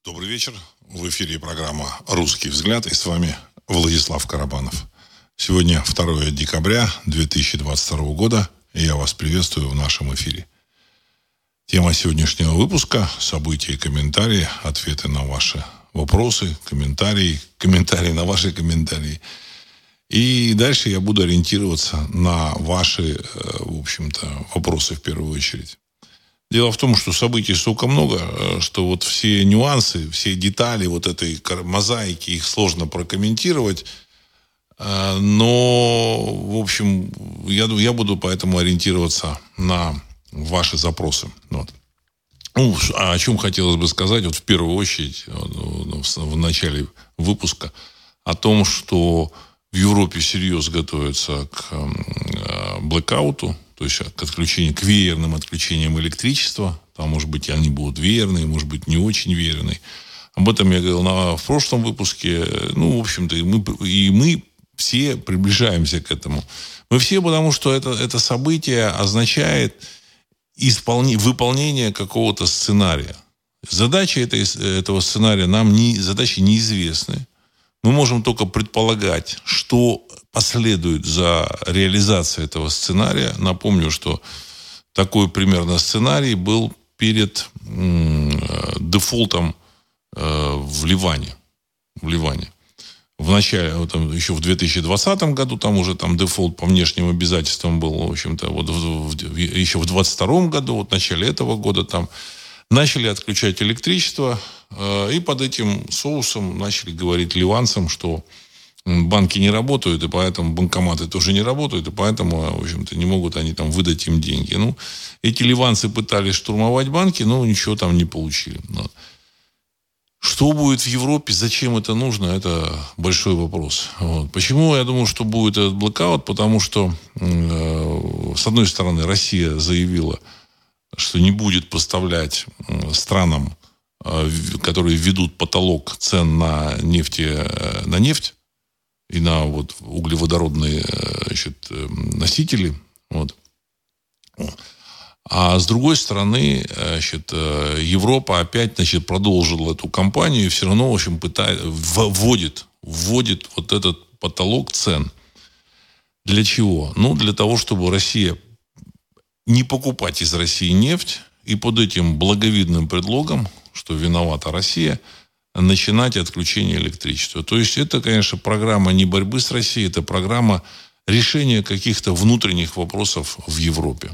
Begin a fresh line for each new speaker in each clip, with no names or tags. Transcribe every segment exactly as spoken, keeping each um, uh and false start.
Добрый вечер. В эфире программа «Русский взгляд». И с вами Владислав Карабанов. Сегодня второе декабря две тысячи двадцать второго года. И я вас приветствую в нашем эфире. Тема сегодняшнего выпуска – события и комментарии, ответы на ваши вопросы, комментарии, комментарии на ваши комментарии. И дальше я буду ориентироваться на ваши, в общем-то, вопросы в первую очередь. Дело в том, что событий столько много, что вот все нюансы, все детали вот этой мозаики, их сложно прокомментировать. Но, в общем, я, я буду поэтому ориентироваться на ваши запросы. Вот. Ну, о чем хотелось бы сказать, вот в первую очередь, в начале выпуска, о том, что в Европе серьезно готовятся к блэкауту, то есть к отключению, к веерным отключениям электричества. Там, может быть, они будут веерные, может быть, не очень веерные. Об этом я говорил на, в прошлом выпуске. Ну, в общем-то, и мы, и мы все приближаемся к этому. Мы все, потому что это, это событие означает исполни, выполнение какого-то сценария. Задачи этой, этого сценария нам не, задачи неизвестны. Мы можем только предполагать, что последует за реализацией этого сценария. Напомню, что такой примерно сценарий был перед м, дефолтом э, в Ливане. В Ливане. В начале, вот, еще в две тысячи двадцатом году там уже там дефолт по внешним обязательствам был, в общем-то, вот в, в, еще в двадцать втором году, вот в начале этого года там начали отключать электричество, э, и под этим соусом начали говорить ливанцам, что банки не работают, и поэтому банкоматы тоже не работают, и поэтому, в общем-то, не могут они там выдать им деньги. Ну, эти ливанцы пытались штурмовать банки, но ничего там не получили. Что будет в Европе, зачем это нужно, это большой вопрос. Вот. Почему я думаю, что будет этот блэкаут? Потому что, э, с одной стороны, Россия заявила, что не будет поставлять странам, э, которые введут потолок цен на, нефти, э, на нефть и на вот, углеводородные, значит, носители. Вот. А с другой стороны, значит, Европа опять, значит, продолжила эту кампанию и все равно, в общем, пытает, вводит, вводит вот этот потолок цен. Для чего? Ну, для того, чтобы Россия не покупать из России нефть и под этим благовидным предлогом, что виновата Россия, начинать отключение электричества. То есть это, конечно, программа не борьбы с Россией, это программа решения каких-то внутренних вопросов в Европе.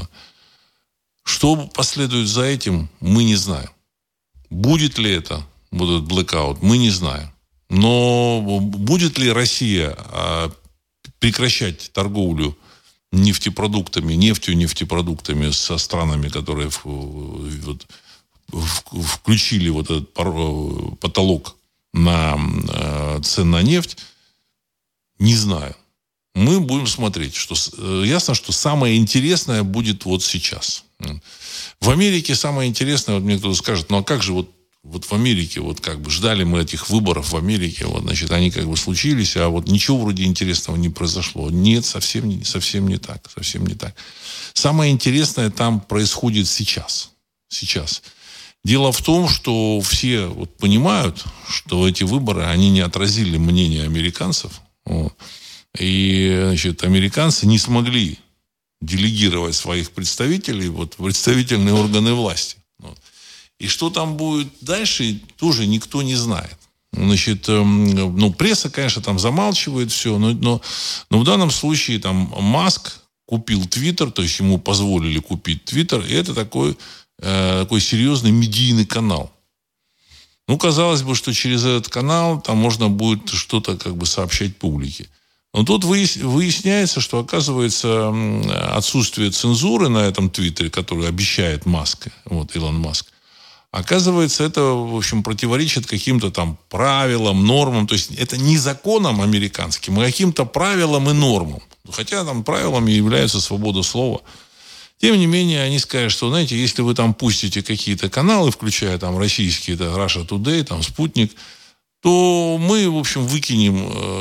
Что последует за этим, мы не знаем. Будет ли это, будет блэкаут, мы не знаем. Но будет ли Россия прекращать торговлю нефтепродуктами, нефтью, нефтепродуктами со странами, которые вот, включили вот этот потолок на цен на нефть, не знаю. Мы будем смотреть. Что, ясно, что самое интересное будет вот сейчас. В Америке самое интересное, вот мне кто-то скажет, ну а как же вот, вот в Америке, вот как бы ждали мы этих выборов в Америке, вот, значит, они как бы случились, а вот ничего вроде интересного не произошло. Нет, совсем не, совсем не так. Совсем не так. Самое интересное там происходит сейчас. Сейчас. Дело в том, что все вот понимают, что эти выборы, они не отразили мнение американцев. Вот. И, значит, американцы не смогли делегировать своих представителей вот, в представительные органы власти. Вот. И что там будет дальше, тоже никто не знает. Значит, ну, пресса, конечно, там замалчивает все, но, но, но в данном случае там Маск купил Твиттер, то есть ему позволили купить Твиттер, и это такой... такой серьезный медийный канал. Ну, казалось бы, что через этот канал там можно будет что-то как бы сообщать публике. Но тут выясняется, что, оказывается, отсутствие цензуры на этом Твиттере, который обещает Маск, вот, Илон Маск, оказывается, это, в общем, противоречит каким-то там правилам, нормам. То есть это не законам американским, а каким-то правилам и нормам. Хотя там правилами является свобода слова. Тем не менее, они скажут, что, знаете, если вы там пустите какие-то каналы, включая там российские, это Russia Today, там Спутник, то мы, в общем, выкинем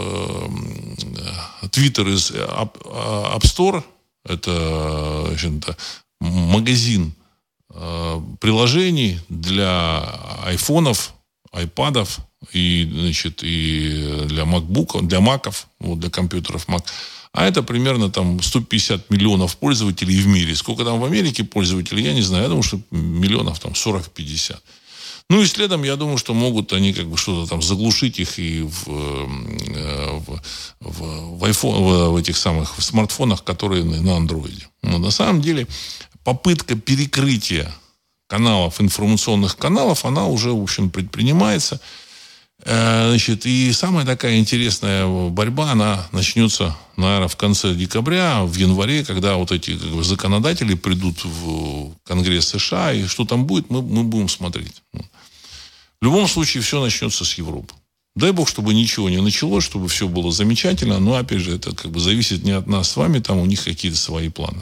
Твиттер э, из App Store, это, это магазин э, приложений для айфонов, айпадов, и, значит, и для макбуков, для маков, вот, для компьютеров Mac. А это примерно там сто пятьдесят миллионов пользователей в мире. Сколько там в Америке пользователей, я не знаю. Я думаю, что миллионов там сорок-пятьдесят. Ну и следом, я думаю, что могут они как бы что-то там заглушить их и в, в, в, в, iPhone, в, в этих самых в смартфонах, которые на андроиде. Но на самом деле попытка перекрытия каналов, информационных каналов, она уже, в общем, предпринимается. Значит, и самая такая интересная борьба, она начнется, наверное, в конце декабря, в январе, когда вот эти как бы, законодатели придут в Конгресс США, и что там будет, мы, мы будем смотреть. В любом случае, все начнется с Европы. Дай бог, чтобы ничего не началось, чтобы все было замечательно, но, опять же, это как бы зависит не от нас с вами, там у них какие-то свои планы.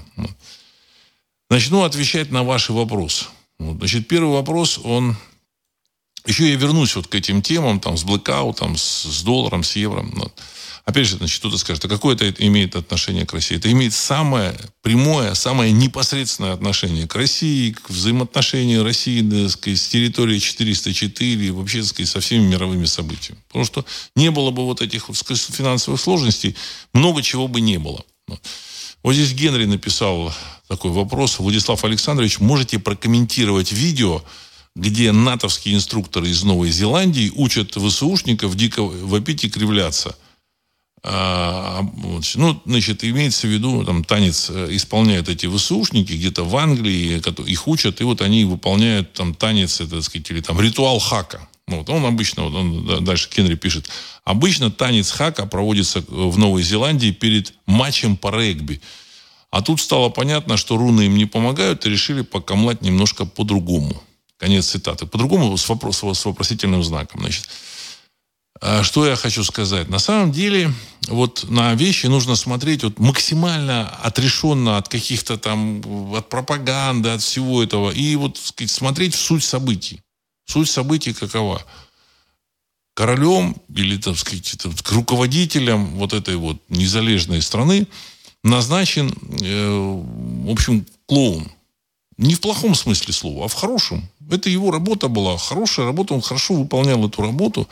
Начну отвечать на ваши вопросы. Значит, первый вопрос, он... Еще я вернусь вот к этим темам, там, с блэкаутом, с, с долларом, с евро. Вот. Опять же, значит, кто-то скажет, а какое это имеет отношение к России? Это имеет самое прямое, самое непосредственное отношение к России, к взаимоотношению России, так сказать, с территорией четыреста четыре, вообще, так сказать, со всеми мировыми событиями. Потому что не было бы вот этих вот финансовых сложностей, много чего бы не было. Вот здесь Генри написал такой вопрос. Владислав Александрович, можете прокомментировать видео, где натовские инструкторы из Новой Зеландии учат ВСУшников дико вопить и кривляться. А, вот, ну, значит, имеется в виду, там, танец исполняют эти ВСУшники где-то в Англии, их учат, и вот они выполняют там танец, это, так сказать, или там ритуал хака. Вот, он обычно, вот он, дальше Генри пишет, обычно танец хака проводится в Новой Зеландии перед матчем по регби. А тут стало понятно, что руны им не помогают, и решили покамлать немножко по-другому. Конец цитаты. По-другому с, вопрос, с вопросительным знаком. Значит, что я хочу сказать? На самом деле, вот на вещи нужно смотреть вот максимально отрешенно от каких-то там, от пропаганды, от всего этого. И вот, так сказать, смотреть в суть событий. Суть событий какова? Королем или, так сказать, руководителем вот этой вот незалежной страны назначен, э, в общем, клоун. Не в плохом смысле слова, а в хорошем. Это его работа была, хорошая работа, он хорошо выполнял эту работу.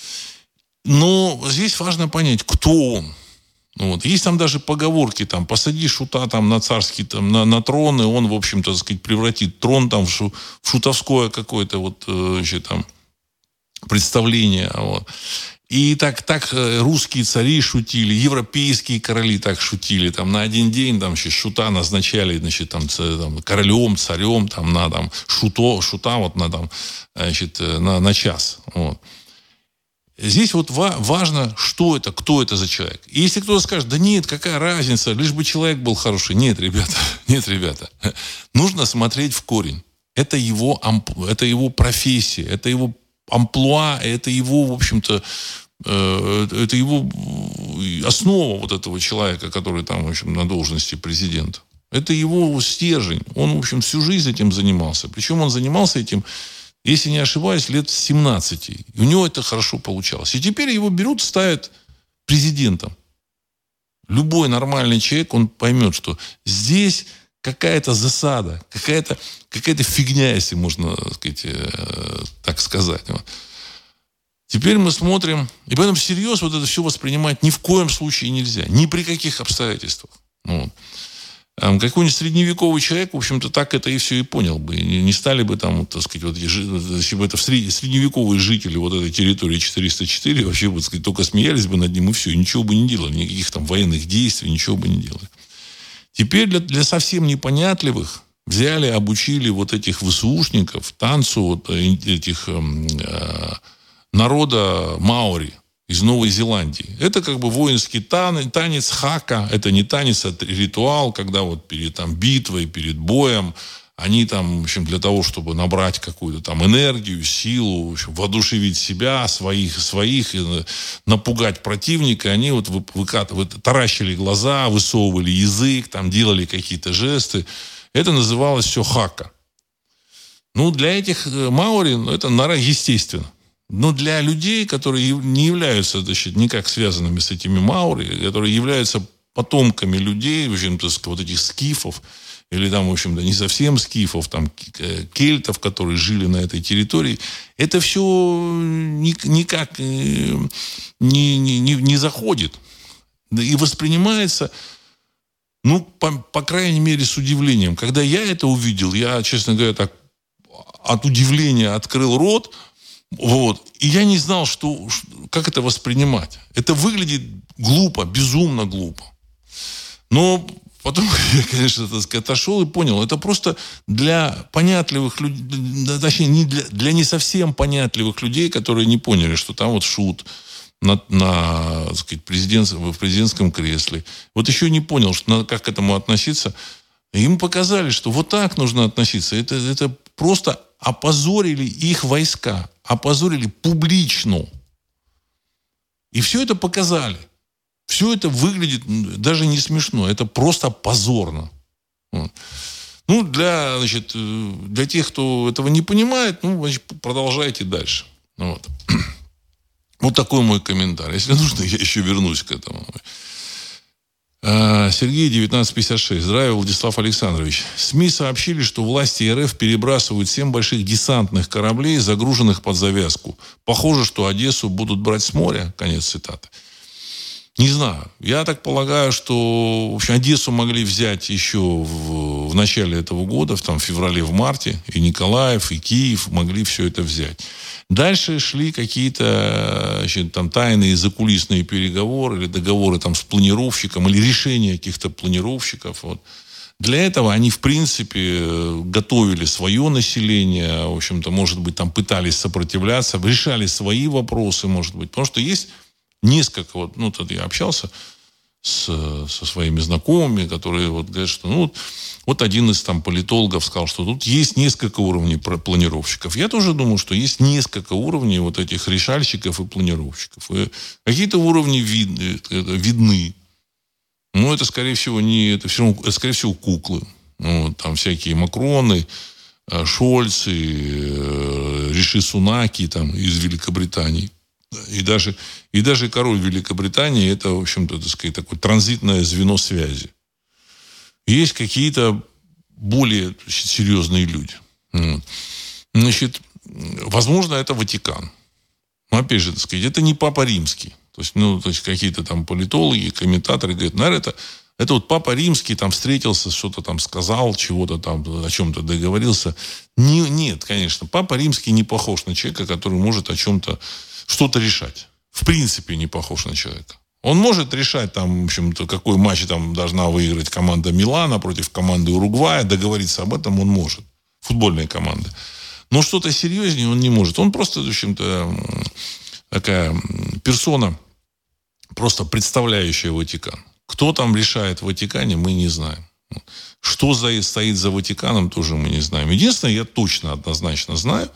Но здесь важно понять, кто он. Вот. Есть там даже поговорки, там, посади шута там, на царский, там, на, на трон, и он, в общем-то, так сказать, превратит трон там, в, шу, в шутовское какое-то вот, еще, там, представление. Вот. И так, так русские цари шутили, европейские короли так шутили. Там, на один день там, шута назначали, значит, там, там, королем, царем, там, на там, шуто, шута вот, на, там, значит, на, на час. Вот. Здесь вот ва- важно, что это, кто это за человек. И если кто-то скажет, да нет, какая разница, лишь бы человек был хороший. Нет, ребята, нет, ребята. Нужно смотреть в корень. Это его, это его профессия, это его амплуа, это его, в общем-то, э, это его основа вот этого человека, который там, в общем, на должности президента. Это его стержень. Он, в общем, всю жизнь этим занимался. Причем он занимался этим, если не ошибаюсь, лет с семнадцати. И у него это хорошо получалось. И теперь его берут, ставят президентом. Любой нормальный человек, он поймет, что здесь какая-то засада, какая-то, какая-то фигня, если можно, так сказать, э, так сказать. Вот. Теперь мы смотрим, и поэтому всерьез вот это все воспринимать ни в коем случае нельзя, ни при каких обстоятельствах. Вот. Какой-нибудь средневековый человек, в общем-то, так это и все и понял бы. Не, не стали бы там, вот, так сказать, вот, если бы это средневековые жители вот этой территории четыреста четыре вообще, вот, так сказать, только смеялись бы над ним и все, и ничего бы не делали, никаких там военных действий, ничего бы не делали. Теперь для, для совсем непонятливых взяли, обучили вот этих ВСУшников танцу вот этих э, народа маори из Новой Зеландии. Это как бы воинский танец, танец хака. Это не танец, а ритуал, когда вот перед там, битвой, перед боем они там, в общем, для того, чтобы набрать какую-то там энергию, силу, в общем, воодушевить себя, своих, своих, напугать противника, они вот выкатывали, таращили глаза, высовывали язык, там делали какие-то жесты. Это называлось все хака. Ну, для этих маори, ну, это нора естественно. Но для людей, которые не являются, значит, никак связанными с этими маори, которые являются потомками людей, в общем-то, вот этих скифов, или там, в общем-то, не совсем скифов, там, кельтов, которые жили на этой территории, это все никак не, не, не, не заходит. И воспринимается, ну, по, по крайней мере, с удивлением. Когда я это увидел, я, честно говоря, так от удивления открыл рот, вот, и я не знал, что, как это воспринимать. Это выглядит глупо, безумно глупо. Но потом я, конечно, так сказать, отошел и понял, это просто для понятливых людей, точнее, не для, для не совсем понятливых людей, которые не поняли, что там вот шут на, на так сказать, президент, в президентском кресле. Вот еще не понял, что надо, как к этому относиться. Им показали, что вот так нужно относиться. Это, это просто опозорили их войска. Опозорили публично. И все это показали. Все это выглядит даже не смешно. Это просто позорно. Ну, для, значит, для тех, кто этого не понимает, ну, значит, продолжайте дальше. Вот. Вот такой мой комментарий. Если нужно, я еще вернусь к этому. Сергей, девятнадцать пятьдесят шесть. Здравия, Владислав Александрович. СМИ сообщили, что власти РФ перебрасывают семь больших десантных кораблей, загруженных под завязку. Похоже, что Одессу будут брать с моря. Конец цитаты. Не знаю. Я так полагаю, что в общем, Одессу могли взять еще в, в начале этого года, в, там, в феврале, в марте. И Николаев, и Киев могли все это взять. Дальше шли какие-то значит, там, тайные закулисные переговоры или договоры там, с планировщиком, или решения каких-то планировщиков. Вот. Для этого они, в принципе, готовили свое население, в общем-то, может быть, там пытались сопротивляться, решали свои вопросы, может быть. Потому что есть несколько, вот, ну, тут я общался с, со своими знакомыми, которые вот говорят, что, ну, вот один из там политологов сказал, что тут есть несколько уровней планировщиков. Я тоже думаю, что есть несколько уровней вот этих решальщиков и планировщиков. И какие-то уровни видны, видны. Но это, скорее всего, не, это, все, это, скорее всего, куклы. Ну, там всякие Макроны, Шольцы, Риши Сунаки там, из Великобритании. И даже, и даже король Великобритании это, в общем-то, так сказать, такое транзитное звено связи. Есть какие-то более серьезные люди. Значит, возможно, это Ватикан. Но, опять же, так сказать, это не Папа Римский. То есть, ну, то есть какие-то там политологи, комментаторы говорят, наверное, это, это вот Папа Римский там встретился, что-то там сказал, чего-то там, о чем-то договорился. Не, нет, конечно, Папа Римский не похож на человека, который может о чем-то что-то решать. В принципе, не похож на человека. Он может решать, там, в общем-то, какой матч там должна выиграть команда Милана против команды Уругвая. Договориться об этом он может. Футбольная команда. Но что-то серьезнее он не может. Он просто, в общем-то, такая персона, просто представляющая Ватикан. Кто там решает в Ватикане, мы не знаем. Что за, стоит за Ватиканом, тоже мы не знаем. Единственное, я точно, однозначно знаю,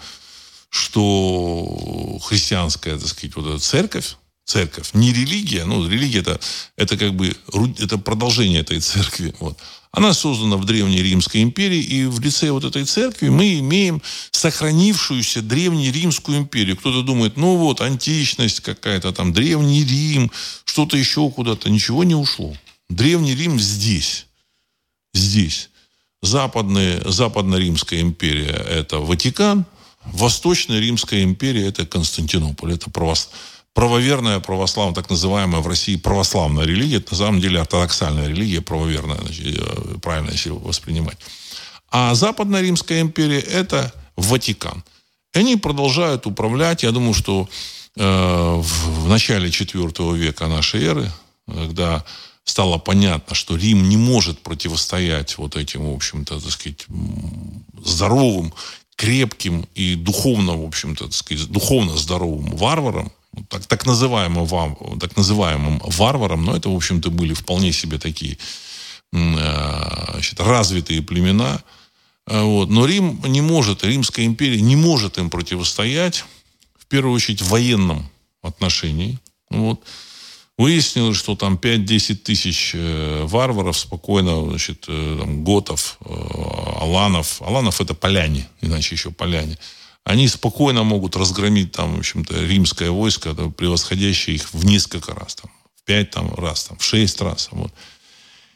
что христианская, так сказать, вот эта церковь, церковь, не религия, ну, религия это, это как бы это продолжение этой церкви. Вот. Она создана в Древней Римской империи, и в лице вот этой церкви мы имеем сохранившуюся Древнеримскую империю. Кто-то думает, ну вот, античность какая-то, там, Древний Рим, что-то еще куда-то. Ничего не ушло. Древний Рим здесь. Здесь. Западная, Западно-Римская империя – это Ватикан. Восточная Римская империя – это Константинополь. Это правос... правоверная православная, так называемая в России православная религия. Это на самом деле ортодоксальная религия, правоверная, значит, правильно если воспринимать. А Западная Римская империя – это Ватикан. И они продолжают управлять. Я думаю, что э, в, в начале четвёртого века нашей эры, когда стало понятно, что Рим не может противостоять вот этим, в общем-то, так сказать, здоровым, крепким и духовно, в общем-то, так сказать, духовно здоровым варварам, так, так, называемым, так называемым варварам, но это, в общем-то, были вполне себе такие значит, развитые племена. Вот. Но Рим не может, Римская империя не может им противостоять, в первую очередь, в военном отношении. Вот. Выяснилось, что там пять-десять тысяч варваров спокойно, значит, там, готов, аланов. Аланов – это поляне, иначе еще поляне. Они спокойно могут разгромить там, в общем-то, римское войско, превосходящее их в несколько раз. Там, в пять там, раз, там, в шесть раз. Вот.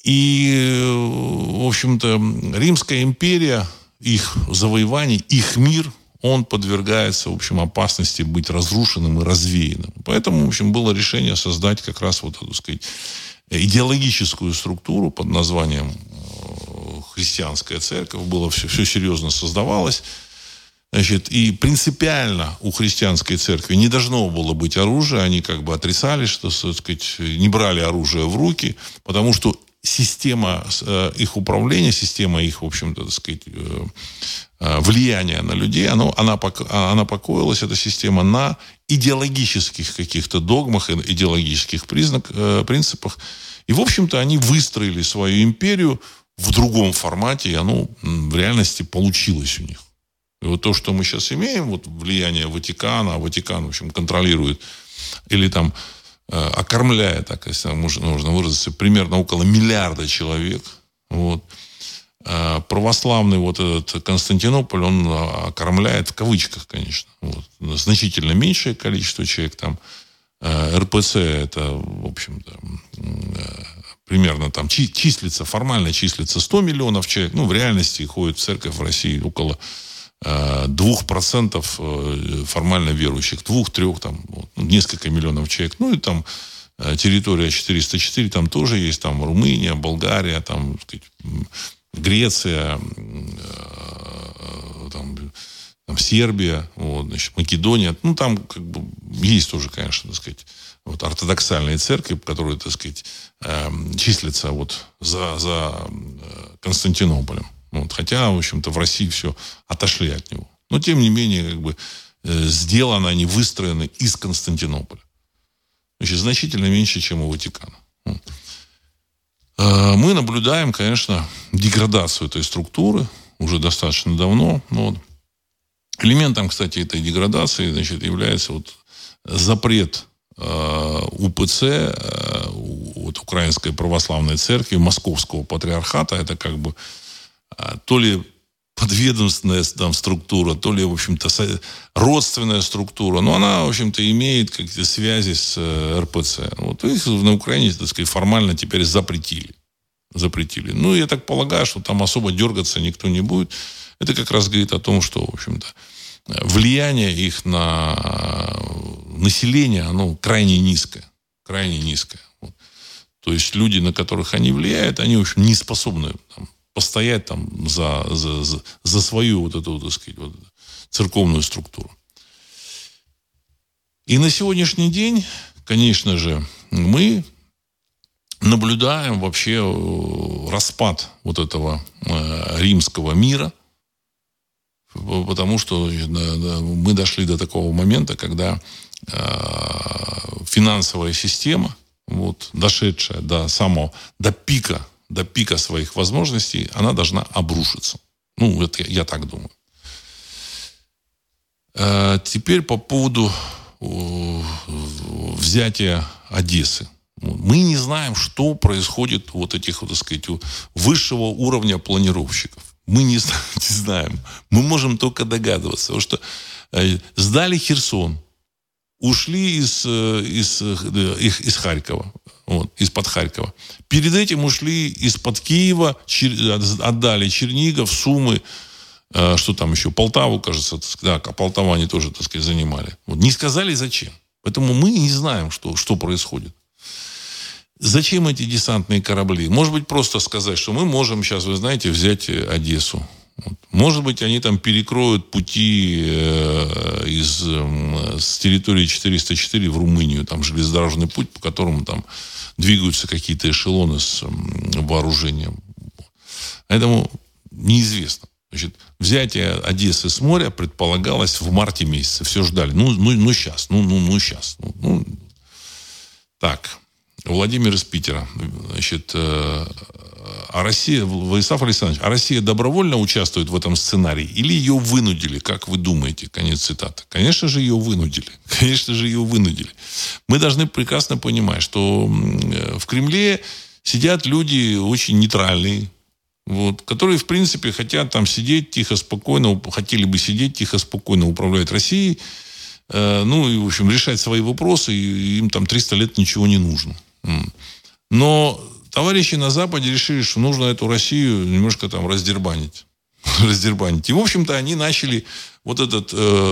И, в общем-то, Римская империя, их завоевание, их мир, он подвергается, в общем, опасности быть разрушенным и развеянным. Поэтому, в общем, было решение создать как раз вот, так сказать, идеологическую структуру под названием христианская церковь. Было все, все серьезно создавалось. Значит, и принципиально у христианской церкви не должно было быть оружия. Они как бы отрицали, что, так сказать, не брали оружие в руки, потому что система их управления, система их, в общем-то, так сказать, влияния на людей, оно, она, она покоилась, эта система, на идеологических каких-то догмах, идеологических признак, принципах. И, в общем-то, они выстроили свою империю в другом формате, и оно в реальности получилось у них. И вот то, что мы сейчас имеем, вот влияние Ватикана, а Ватикан, в общем, контролирует или там э, окормляет, так если можно, можно выразиться, примерно около миллиарда человек. Вот. Э, православный вот этот Константинополь, он окормляет в кавычках, конечно. Вот. Значительно меньшее количество человек там. Э, эр пэ цэ это, в общем-то, э, примерно там числится, формально числится сто миллионов человек. Ну, в реальности ходит в церковь в России около двух процентов формально верующих, двух-трех, там, вот, несколько миллионов человек. Ну, и там территория четыреста четыре, там тоже есть, там Румыния, Болгария, там, так сказать, Греция, там, там Сербия, вот, значит, Македония. Ну, там как бы есть тоже, конечно, так сказать, вот, ортодоксальные церкви, которые, так сказать, числятся вот за, за Константинополем. Вот, хотя, в общем-то, в России все отошли от него. Но, тем не менее, как бы, э, сделаны они, выстроены из Константинополя. Значит, значительно меньше, чем у Ватикана. Вот. Э, мы наблюдаем, конечно, деградацию этой структуры уже достаточно давно. Вот. Элементом, кстати, этой деградации, значит, является вот запрет э, у пэ цэ, э, вот, Украинской православной церкви, Московского патриархата. Это как бы то ли подведомственная там структура, то ли, в общем-то, родственная структура. Но она, в общем-то, имеет какие-то связи с эр пэ цэ. Вот их на Украине, так сказать, формально теперь запретили. Запретили. Ну, я так полагаю, что там особо дергаться никто не будет. Это как раз говорит о том, что, в общем-то, влияние их на население, оно крайне низкое. Крайне низкое. Вот. То есть люди, на которых они влияют, они, в общем, не способны там постоять там за, за, за, за свою вот эту, так сказать, вот, церковную структуру. И на сегодняшний день, конечно же, мы наблюдаем вообще распад вот этого э, римского мира, потому что мы дошли до такого момента, когда э, финансовая система, вот, дошедшая до самого, до пика, до пика своих возможностей, она должна обрушиться. Ну, это я, я так думаю. А теперь по поводу взятия Одессы. Мы не знаем, что происходит вот этих, вот, так сказать, высшего уровня планировщиков. Мы не знаем. Мы можем только догадываться. Потому что сдали Херсон, ушли из, из, из, из Харькова. Вот, из-под Харькова. Перед этим ушли из-под Киева, чер... отдали Чернигов, Сумы, э, что там еще, Полтаву, кажется, да, Полтаву они тоже, так сказать, занимали. Вот, не сказали, зачем. Поэтому мы не знаем, что, что происходит. Зачем эти десантные корабли? Может быть, просто сказать, что мы можем сейчас, вы знаете, взять Одессу. Вот. Может быть, они там перекроют пути э, из, э, с территории четыреста четыре в Румынию, там железнодорожный путь, по которому там двигаются какие-то эшелоны с э, вооружением. Поэтому неизвестно. Значит, взятие Одессы с моря предполагалось в марте месяце. Все ждали. Ну, ну, ну сейчас. Ну, ну, ну сейчас. Ну, ну. Так. Владимир из Питера. Значит, э, а Россия, Владислав Александрович, а Россия добровольно участвует в этом сценарии или ее вынудили? Как вы думаете? Конец цитаты. Конечно же, ее вынудили. Конечно же, ее вынудили. Мы должны прекрасно понимать, что в Кремле сидят люди очень нейтральные, вот, которые, в принципе, хотят там сидеть тихо, спокойно, хотели бы сидеть тихо, спокойно управлять Россией, э, ну, и, в общем, решать свои вопросы, и им там триста лет ничего не нужно. Но товарищи на Западе решили, что нужно эту Россию немножко там раздербанить. раздербанить. И, в общем-то, они начали вот этот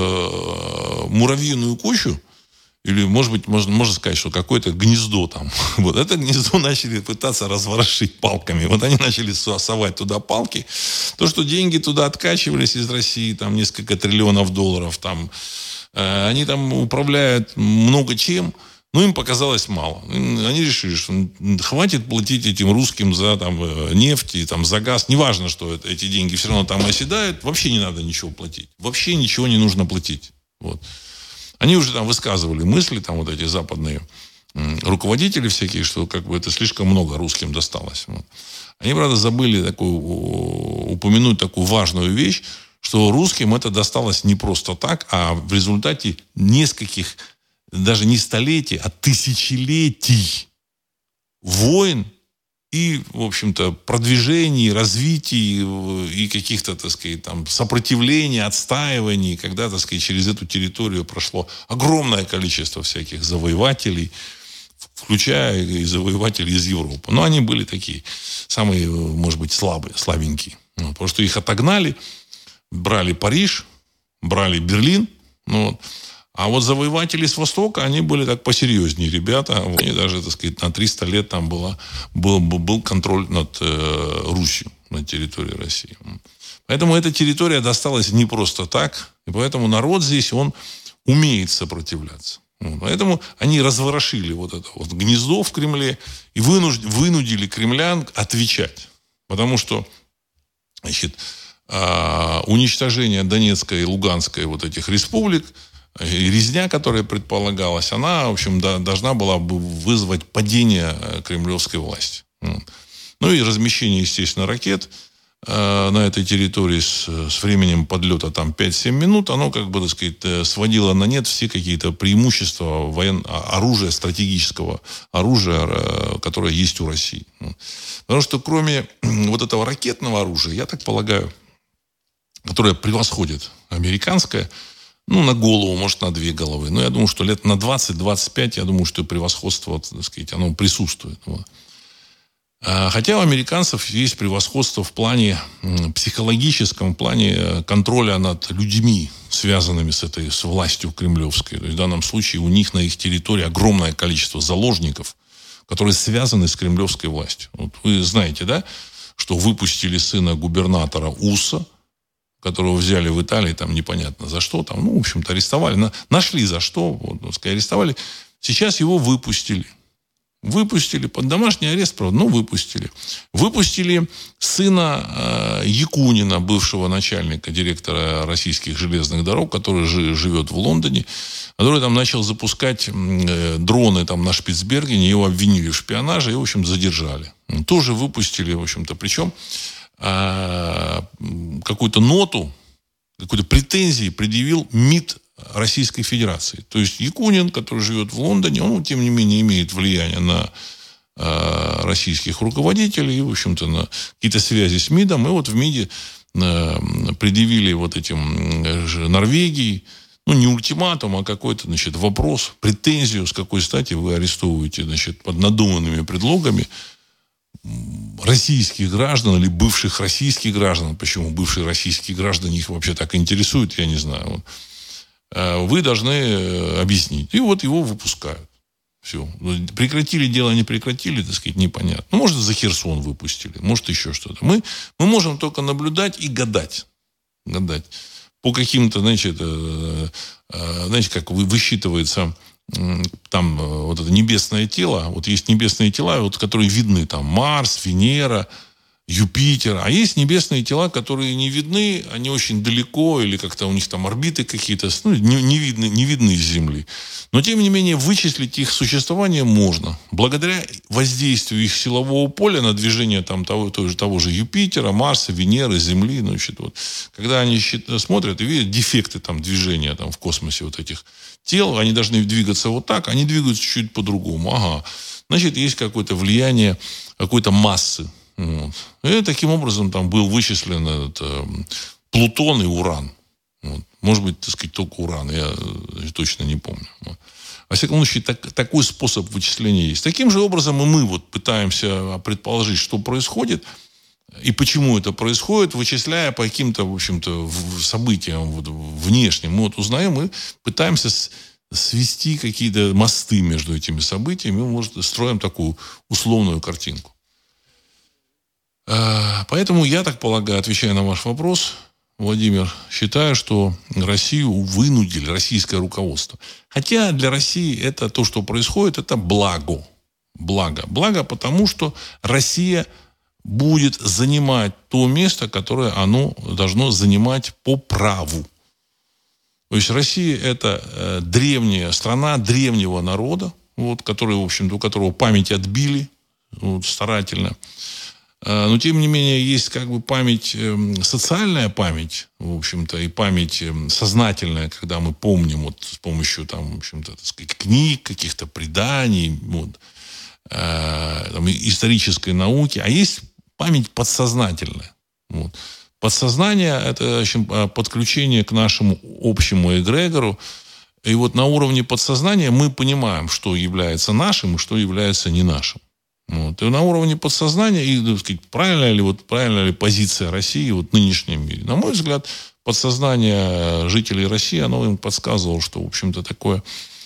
э, муравьиную кучу, или, может быть, можно, можно сказать, что какое-то гнездо там. Вот это гнездо начали пытаться разворошить палками. Вот они начали совать туда палки. То, что деньги туда откачивались из России, там несколько триллионов долларов, там, э, они там управляют много чем, но им показалось мало. Они решили, что хватит платить этим русским за там, нефть и там, за газ. Неважно, что это, эти деньги все равно там оседают. Вообще не надо ничего платить. Вообще ничего не нужно платить. Вот. Они уже там высказывали мысли, там вот эти западные руководители всякие, что как бы это слишком много русским досталось. Вот. Они, правда, забыли такую, упомянуть такую важную вещь, что русским это досталось не просто так, а в результате нескольких, даже не столетий, а тысячелетий войн и, в общем-то, продвижений, развитий и каких-то, так сказать, там, сопротивлений, отстаиваний, когда, так сказать, через эту территорию прошло огромное количество всяких завоевателей, включая и завоевателей из Европы. Но они были такие, самые, может быть, слабые, слабенькие. Ну, потому что их отогнали, брали Париж, брали Берлин, ну, вот. А вот завоеватели с Востока, они были так посерьезнее ребята. Они даже, так сказать, на триста лет там было, был, был контроль над э, Русью, на территории России. Поэтому эта территория досталась не просто так. И поэтому народ здесь, он умеет сопротивляться. Поэтому они разворошили вот это вот гнездо в Кремле и вынужд, вынудили кремлян отвечать. Потому что, значит, э, уничтожение Донецкой и Луганской вот этих республик, и резня, которая предполагалась, она, в общем, да, должна была бы вызвать падение кремлевской власти. Ну и размещение, естественно, ракет э, на этой территории с, с временем подлета там пять-семь минут, оно, как бы, так сказать, сводило на нет все какие-то преимущества воен... оружия, стратегического оружия, э, которое есть у России. Потому что кроме вот этого ракетного оружия, я так полагаю, которое превосходит американское, ну, на голову, может, на две головы. Но я думаю, что лет на двадцать-двадцать пять, я думаю, что превосходство, так сказать, оно присутствует. Вот. Хотя у американцев есть превосходство в плане психологическом, в плане контроля над людьми, связанными с этой с властью кремлевской. То есть в данном случае у них на их территории огромное количество заложников, которые связаны с кремлевской властью. Вот вы знаете, да, что выпустили сына губернатора Уса, которого взяли в Италии, там непонятно за что, там, ну, в общем-то, арестовали, на, нашли за что, вот, так сказать, арестовали. Сейчас его выпустили. Выпустили под домашний арест, правда, но выпустили. Выпустили сына э, Якунина, бывшего начальника, директора российских железных дорог, который жи, живет в Лондоне, который там начал запускать э, дроны там на Шпицбергене, его обвинили в шпионаже и, в общем, задержали. Тоже выпустили, в общем-то, причем какую-то ноту, какую-то претензию предъявил МИД Российской Федерации. То есть Якунин, который живет в Лондоне, он, тем не менее, имеет влияние на э, российских руководителей и, в общем-то, на какие-то связи с МИДом. И вот в МИДе э, предъявили вот этим э, Норвегии, ну, не ультиматум, а какой-то, значит, вопрос, претензию, с какой стати вы арестовываете, значит, под надуманными предлогами российских граждан или бывших российских граждан. Почему бывшие российские граждане их вообще так интересуют, я не знаю. Вы должны объяснить. И вот его выпускают. Все. Прекратили дело, не прекратили, так сказать, непонятно. Ну, может, за Херсон выпустили, может, еще что-то. Мы, мы можем только наблюдать и гадать. Гадать. По каким-то, значит, знаете, как высчитывается там вот это небесное тело, вот есть небесные тела, вот, которые видны, там Марс, Венера, Юпитер, а есть небесные тела, которые не видны, они очень далеко, или как-то у них там орбиты какие-то, ну, не, не, видны, не видны с Земли. Но, тем не менее, вычислить их существование можно. Благодаря воздействию их силового поля на движение там, того, того, же, того же Юпитера, Марса, Венеры, Земли. Ну, значит, вот, когда они смотрят и видят дефекты там, движения там, в космосе вот этих тел, они должны двигаться вот так, они двигаются чуть по-другому. Ага. Значит, есть какое-то влияние какой-то массы. Вот. И таким образом там был вычислен этот, э, Плутон и Уран. Вот. Может быть, так сказать, только Уран, я точно не помню. Вот. Во всяком случае, так, такой способ вычисления есть. Таким же образом и мы вот пытаемся предположить, что происходит и почему это происходит, вычисляя по каким-то, в общем-то, событиям вот, внешним. Мы вот узнаем и пытаемся свести какие-то мосты между этими событиями. Мы, может, строим такую условную картинку. Поэтому я так полагаю, отвечая на ваш вопрос, Владимир, считаю, что Россию вынудили, российское руководство. Хотя для России это то, что происходит, это благо. Благо. Благо потому, что Россия будет занимать то место, которое оно должно занимать по праву. То есть Россия – это древняя страна древнего народа, вот, который, в общем-то, у которого память отбили вот, старательно. Но, тем не менее, есть как бы память, социальная память, в общем-то, и память сознательная, когда мы помним вот, с помощью, там, в общем-то, так сказать, книг, каких-то преданий, вот, э, там, исторической науки. А есть память подсознательная. Вот. Подсознание – это, в общем, подключение к нашему общему эгрегору. И вот на уровне подсознания мы понимаем, что является нашим и что является не нашим. Вот. И на уровне подсознания, и, так сказать, правильная ли, вот, правильная ли позиция России вот, в нынешнем мире. На мой взгляд, подсознание жителей России, оно им подсказывало, что, в общем-то, такое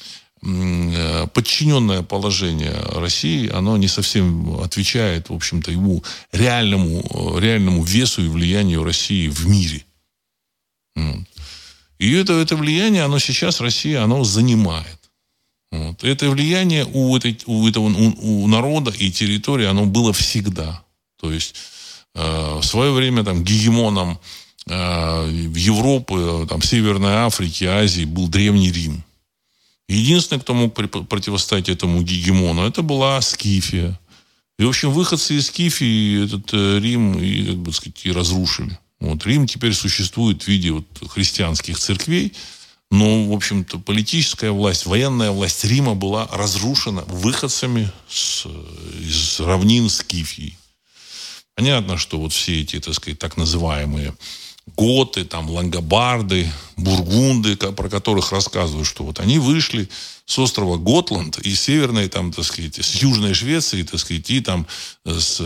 подчиненное положение России, оно не совсем отвечает, в общем-то, ему реальному, реальному весу и влиянию России в мире. Вот. И это, это влияние, оно сейчас, Россия, оно занимает. Вот. Это влияние у, этой, у этого у, у народа и территории, оно было всегда. То есть э, в свое время там, гегемоном э, Европы, там, Северной Африки, Азии был Древний Рим. Единственный, кто мог противостоять этому гегемону, это была Скифия. И, в общем, выходцы из Скифии этот э, Рим и, как бы сказать, и разрушили. Вот. Рим теперь существует в виде вот, христианских церквей. Но, в общем-то, политическая власть, военная власть Рима была разрушена выходцами с, из равнин Скифии. Понятно, что вот все эти, так сказать, так называемые готы, там, лангобарды, бургунды, про которых рассказывают, что вот они вышли с острова Готланд из северной, там, так сказать, с южной Швеции, так сказать, и там с,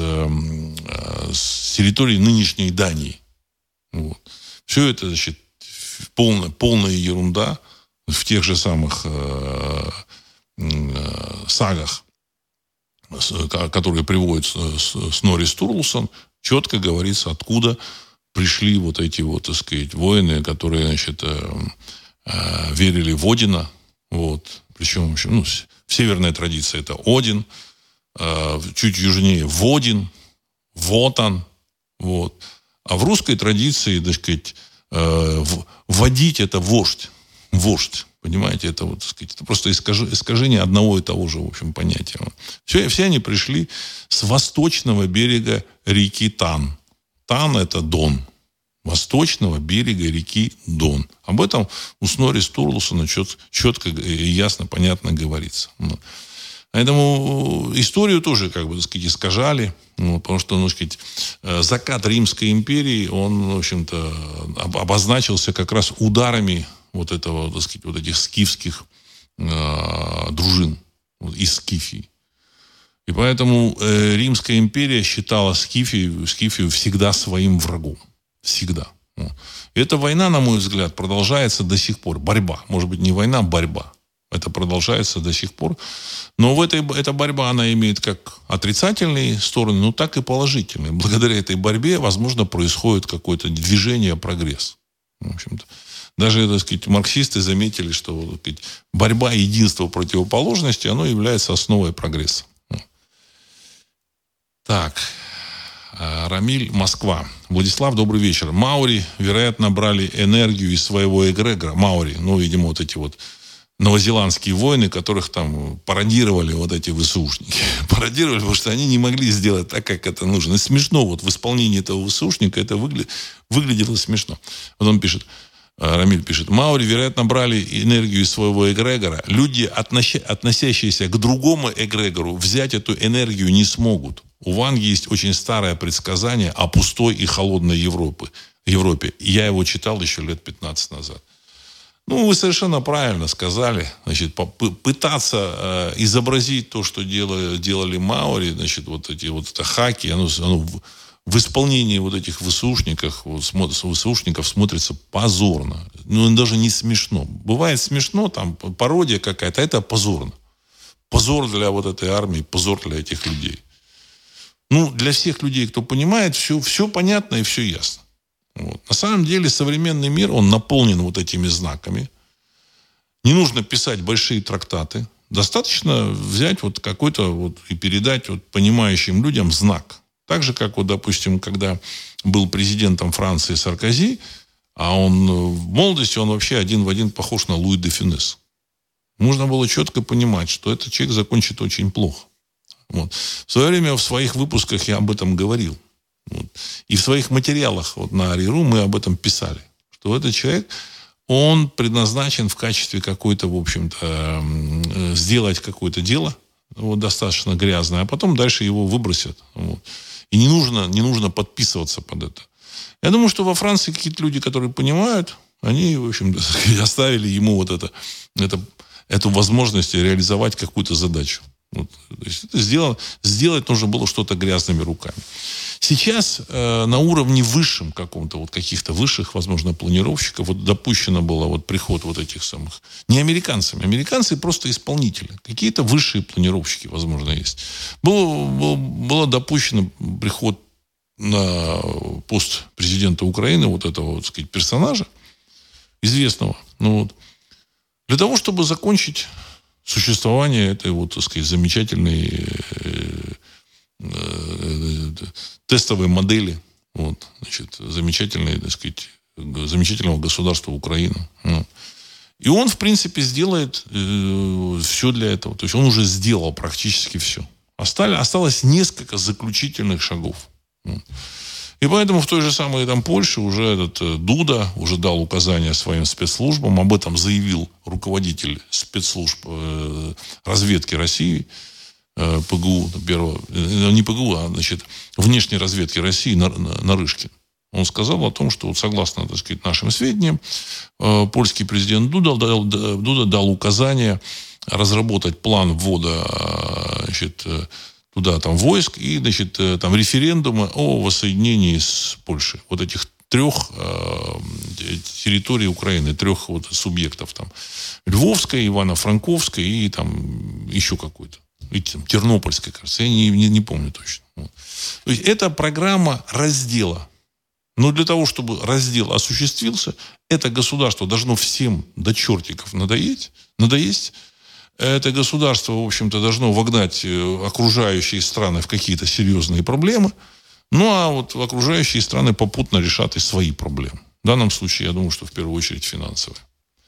с территории нынешней Дании. Вот. Все это, значит, Полная, полная ерунда в тех же самых э, э, сагах, которые приводит Снорри Стурлсон, четко говорится, откуда пришли вот эти вот, так сказать, воины, которые, значит, э, э, верили в Одина. Вот. Причем, в общем, ну, в северной традиции это Один, э, чуть южнее Водин, Вотан. Вот. А в русской традиции, так сказать, водить это вождь. Вождь. Понимаете, это, вот, так сказать, это просто искажение одного и того же, в общем, понятия. Все, все они пришли с восточного берега реки Тан. Тан – это Дон. Восточного берега реки Дон. Об этом у Снорри Стурлсона чет, четко и ясно, понятно говорится. Поэтому историю тоже, как бы, так сказать, искажали. Ну, потому что, ну, так сказать, закат Римской империи, он, в общем-то, обозначился как раз ударами вот этого, так сказать, вот этих скифских э, дружин вот, из Скифии. И поэтому э, Римская империя считала Скифию, Скифию всегда своим врагом. Всегда. Вот. И эта война, на мой взгляд, продолжается до сих пор. Борьба. Может быть, не война, а борьба. Это продолжается до сих пор. Но в этой, эта борьба, она имеет как отрицательные стороны, но так и положительные. Благодаря этой борьбе, возможно, происходит какое-то движение, прогресс. В общем-то. Даже, так сказать, марксисты заметили, что, так сказать, борьба, единство противоположности, оно является основой прогресса. Так. Рамиль, Москва. Владислав, добрый вечер. Маори, вероятно, брали энергию из своего эгрегора. Маори, ну, видимо, вот эти вот новозеландские воины, которых там пародировали вот эти ВСУшники. Пародировали, потому что они не могли сделать так, как это нужно. И смешно, вот в исполнении этого ВСУшника это выгля... выглядело смешно. Вот он пишет, Рамиль пишет, Маори, вероятно, брали энергию из своего эгрегора. Люди, относя... относящиеся к другому эгрегору, взять эту энергию не смогут. У Ванги есть очень старое предсказание о пустой и холодной Европе. Европе. Я его читал еще лет пятнадцать назад. Ну, вы совершенно правильно сказали. Значит, пытаться э, изобразить то, что делали, делали маори, значит, вот эти вот это хаки, оно, оно в, в исполнении вот этих ВСУшников, вот, ВСУшников смотрится позорно. Ну, даже не смешно. Бывает смешно, там, пародия какая-то, а это позорно. Позор для вот этой армии, позор для этих людей. Ну, для всех людей, кто понимает, все, все понятно и все ясно. Вот. На самом деле современный мир, он наполнен вот этими знаками. Не нужно писать большие трактаты. Достаточно взять вот какой-то вот и передать вот понимающим людям знак. Так же, как вот, допустим, когда был президентом Франции Саркози, а он в молодости, он вообще один в один похож на Луи де Фюнес. Нужно было четко понимать, что этот человек закончит очень плохо. Вот. В свое время в своих выпусках я об этом говорил. Вот. И в своих материалах вот, на Ари.ру мы об этом писали. Что этот человек, он предназначен в качестве какой-то, в общем-то, сделать какое-то дело вот, достаточно грязное, а потом дальше его выбросят. Вот. И не нужно, не нужно подписываться под это. Я думаю, что во Франции какие-то люди, которые понимают, они, в общем-то, оставили ему вот это, это, эту возможность реализовать какую-то задачу. Вот. То есть это сделать, сделать нужно было что-то грязными руками. Сейчас э, на уровне высшем каком-то, вот каких-то высших, возможно, планировщиков, вот допущено было вот приход вот этих самых, не американцами, американцы просто исполнители, какие-то высшие планировщики, возможно, есть. Было, было, было допущено приход на пост президента Украины вот этого, вот, так сказать, персонажа, известного, ну, вот, для того, чтобы закончить существование этой вот, так сказать, замечательной э, э, тестовой модели, вот, значит, замечательной, так сказать, замечательного государства Украина. Ну. И он, в принципе, сделает э, все для этого. То есть он уже сделал практически все. Остали, осталось несколько заключительных шагов. Вот. И поэтому в той же самой там Польше уже этот Дуда уже дал указания своим спецслужбам. Об этом заявил руководитель спецслужб э, разведки России, э, ПГУ, первого, э, не ПГУ, а значит, внешней разведки России Нарышкин. Он сказал о том, что вот, согласно, так сказать, нашим сведениям, э, польский президент Дуда дал, Дуда дал указания разработать план ввода, значит, туда там войск и, значит, там референдумы о воссоединении с Польшей. Вот этих трех э, территорий Украины, трех вот субъектов там. Львовская, Ивано-Франковская и там еще какой-то. И, там, Тернопольская, кажется. Я не, не, не помню точно. Вот. То есть это программа раздела. Но для того, чтобы раздел осуществился, это государство должно всем до чертиков надоесть, надоесть. Это государство, в общем-то, должно вогнать окружающие страны в какие-то серьезные проблемы. Ну, а вот окружающие страны попутно решат и свои проблемы. В данном случае, я думаю, что в первую очередь финансовые.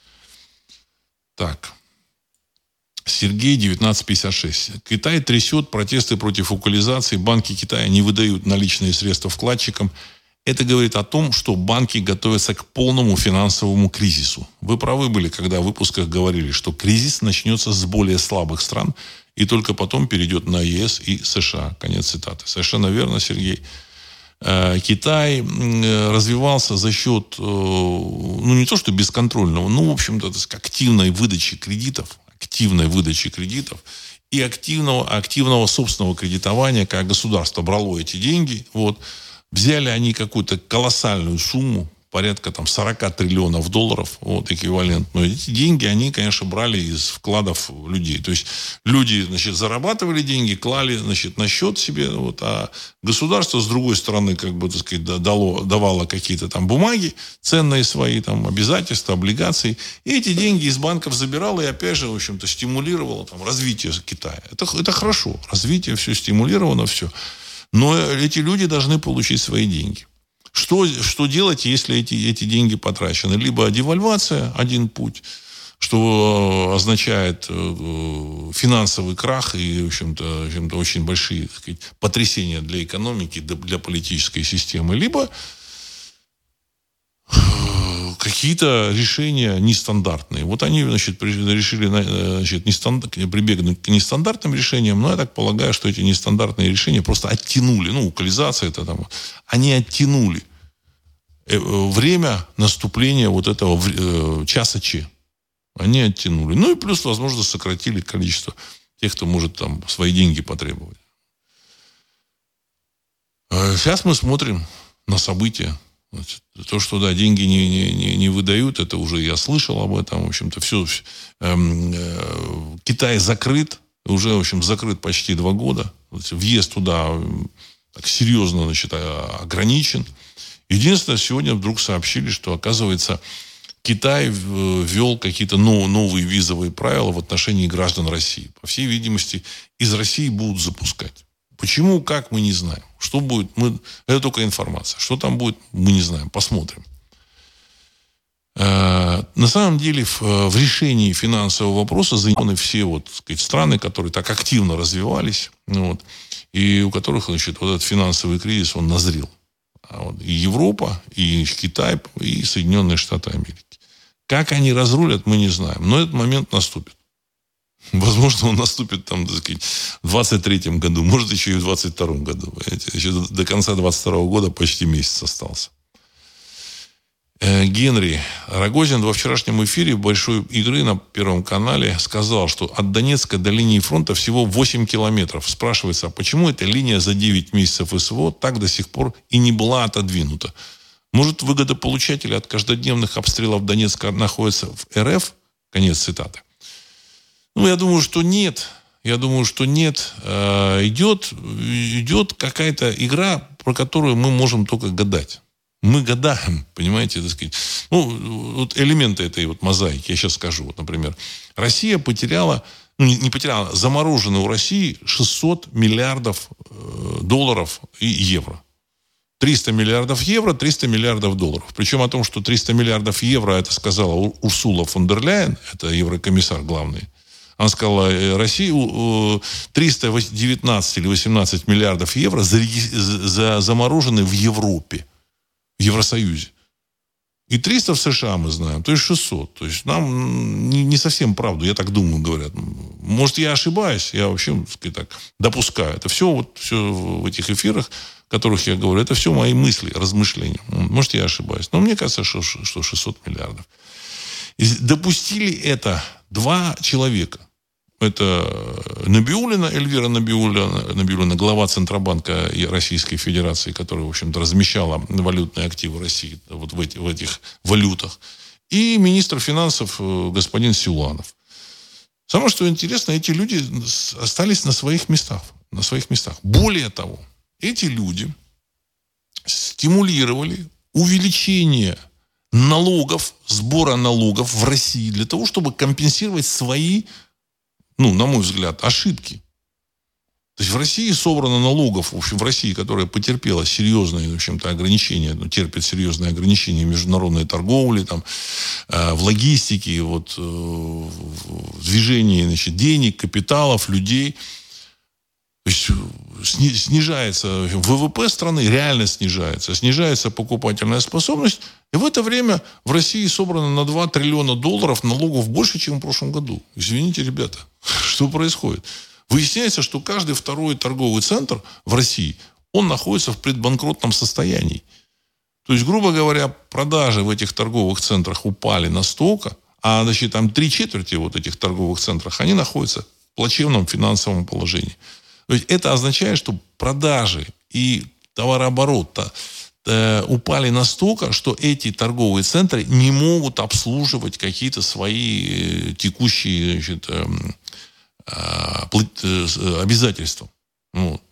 Так. Сергей, девятнадцать пятьдесят шесть. Китай трясет, протесты против укализации. Банки Китая не выдают наличные средства вкладчикам. Это говорит о том, что банки готовятся к полному финансовому кризису. Вы правы были, когда в выпусках говорили, что кризис начнется с более слабых стран и только потом перейдет на ЕС и США. Конец цитаты. Совершенно верно, Сергей. Китай развивался за счет, ну, не то что бесконтрольного, ну, в общем-то, активной выдачи кредитов, активной выдачи кредитов и активного, активного собственного кредитования, когда государство брало эти деньги, вот. Взяли они какую-то колоссальную сумму, порядка там сорок триллионов долларов, вот, эквивалент. Но эти деньги они, конечно, брали из вкладов людей. То есть люди, значит, зарабатывали деньги, клали, значит, на счет себе, вот, а государство, с другой стороны, как бы, так сказать, дало, давало какие-то там бумаги, ценные свои, там, обязательства, облигации. И эти деньги из банков забирало и, опять же, в общем-то, стимулировало там развитие Китая. Это, это хорошо. Развитие, все стимулировано, все. Но эти люди должны получить свои деньги. Что, что делать, если эти, эти деньги потрачены? Либо девальвация, один путь, что означает финансовый крах и, в общем-то, в общем-то очень большие, так сказать, потрясения для экономики, для политической системы. Либо какие-то решения нестандартные. Вот они, значит, решили, значит, нестандарт, прибегнуть к нестандартным решениям, но я так полагаю, что эти нестандартные решения просто оттянули, ну, укализация это там, они оттянули время наступления вот этого часа Ч. Они оттянули. Ну и плюс, возможно, сократили количество тех, кто может там свои деньги потребовать. Сейчас мы смотрим на события. То, что, да, деньги не, не, не выдают, это уже я слышал об этом. В общем-то, все. Эм, э, Китай закрыт. Уже, в общем, закрыт почти два года. Въезд туда так серьезно, значит, ограничен. Единственное, сегодня вдруг сообщили, что, оказывается, Китай ввел какие-то новые визовые правила в отношении граждан России. По всей видимости, из России будут запускать. Почему, как, мы не знаем. Что будет, мы... это только информация. Что там будет, мы не знаем. Посмотрим. На самом деле, в, в решении финансового вопроса заинтересованы все вот, так сказать, страны, которые так активно развивались, вот, и у которых, значит, вот этот финансовый кризис, он назрел. А вот и Европа, и Китай, и Соединенные Штаты Америки. Как они разрулят, мы не знаем. Но этот момент наступит. Возможно, он наступит там, так сказать, в двадцать третьем году, может, еще и в двадцать втором году. Понимаете? Еще до конца двадцать второго года почти месяц остался. Генри Рогозин во вчерашнем эфире большой игры на Первом канале сказал, что от Донецка до линии фронта всего восемь километров. Спрашивается, а почему эта линия за девять месяцев СВО так до сих пор и не была отодвинута? Может, выгодополучатели от каждодневных обстрелов Донецка находятся в РФ? Конец цитаты. Ну, я думаю, что нет. Я думаю, что нет. Идет, идет какая-то игра, про которую мы можем только гадать. Мы гадаем, понимаете, так сказать. Ну, вот элементы этой вот мозаики, я сейчас скажу. Вот, например, Россия потеряла, ну, не, не потеряла, заморожены у России шестьсот миллиардов долларов и евро. триста миллиардов евро, триста миллиардов долларов. Причем о том, что триста миллиардов евро, это сказала Урсула фон дер Ляйен, это еврокомиссар главный. Она сказала, России триста девятнадцать или восемнадцать миллиардов евро заморожены в Европе, в Евросоюзе. И триста в США мы знаем, то есть шестьсот. То есть нам не, не совсем правду, я так думаю, говорят. Может, я ошибаюсь, я вообще, так сказать, так допускаю. Это все, вот, все в этих эфирах, о которых я говорю, это все мои мысли, размышления. Может, я ошибаюсь. Но мне кажется, что, что шестьсот миллиардов. И допустили это два человека. Это Набиуллина, Эльвира Набиуллина, Набиуллина, глава Центробанка Российской Федерации, которая, в общем-то, размещала валютные активы России вот в, эти, в этих валютах. И министр финансов господин Силуанов. Самое, что интересно, эти люди остались на своих местах. На своих местах. Более того, эти люди стимулировали увеличение налогов, сбора налогов в России для того, чтобы компенсировать свои, ну, на мой взгляд, ошибки. То есть в России собрано налогов, в общем, в России, которая потерпела серьезные, в общем-то, ограничения, ну, терпит серьезные ограничения в международной торговле, там, э, в логистике, вот, э, в движении, значит, денег, капиталов, людей. То есть снижается ВВП страны, реально снижается, снижается покупательная способность. И в это время в России собрано на два триллиона долларов налогов больше, чем в прошлом году. Извините, ребята, что происходит? Выясняется, что каждый второй торговый центр в России, он находится в предбанкротном состоянии. То есть, грубо говоря, продажи в этих торговых центрах упали настолько, а, значит, там три четверти вот этих торговых центрах, они находятся в плачевном финансовом положении. То есть это означает, что продажи и товарооборот э, упали настолько, что эти торговые центры не могут обслуживать какие-то свои текущие, значит, э, э, обязательства. Вот.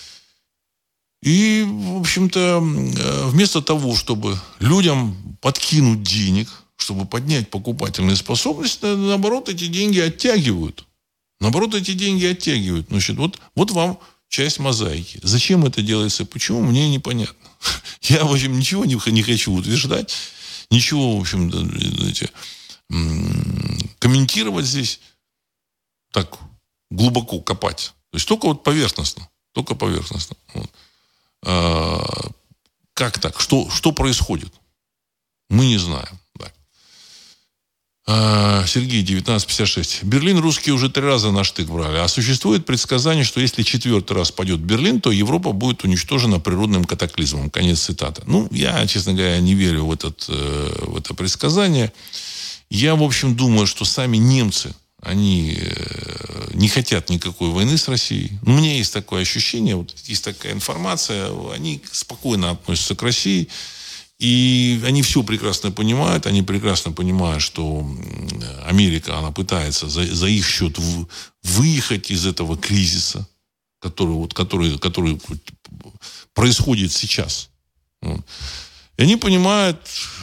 И, в общем-то, вместо того, чтобы людям подкинуть денег, чтобы поднять покупательную способность, наоборот, эти деньги оттягивают. Наоборот, эти деньги оттягивают. Значит, вот, вот вам часть мозаики. Зачем это делается и почему, мне непонятно. Я, в общем, ничего не, не хочу утверждать, ничего, в общем, знаете, комментировать здесь, так глубоко копать. То есть только вот поверхностно. Только поверхностно. Вот. А, как так? Что, что происходит? Мы не знаем. Да. Сергей, девятнадцать пятьдесят шесть. Берлин русские уже три раза на штык брали. А существует предсказание, что если четвертый раз падет Берлин, то Европа будет уничтожена природным катаклизмом. Конец цитаты. Ну, я, честно говоря, не верю в, этот, в это предсказание. Я, в общем, думаю, что сами немцы, они не хотят никакой войны с Россией. У меня есть такое ощущение, вот есть такая информация, они спокойно относятся к России. И они все прекрасно понимают. Они прекрасно понимают, что Америка, она пытается за, за их счет в, выехать из этого кризиса, который, вот, который, который происходит сейчас. Вот. И они понимают,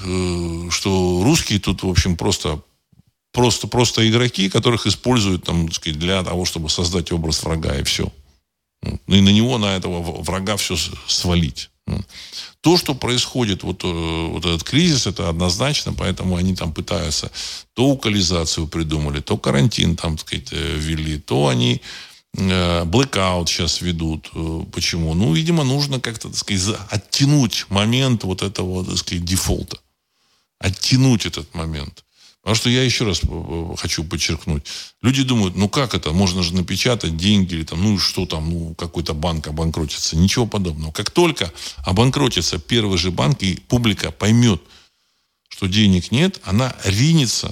что русские тут, в общем, просто, просто, просто игроки, которых используют там, так сказать, для того, чтобы создать образ врага, и все. И на него, на этого врага все свалить. То, что происходит, вот, вот этот кризис, это однозначно, поэтому они там пытаются, то укализацию придумали, то карантин там, так сказать, ввели, то они блэкаут сейчас ведут. Почему? Ну, видимо, нужно как-то, так сказать, оттянуть момент вот этого, так сказать, дефолта. Оттянуть этот момент. Потому что я еще раз хочу подчеркнуть. Люди думают, ну как это? Можно же напечатать деньги, или там, ну что там, ну какой-то банк обанкротится. Ничего подобного. Как только обанкротится первый же банк, и публика поймет, что денег нет, она ринется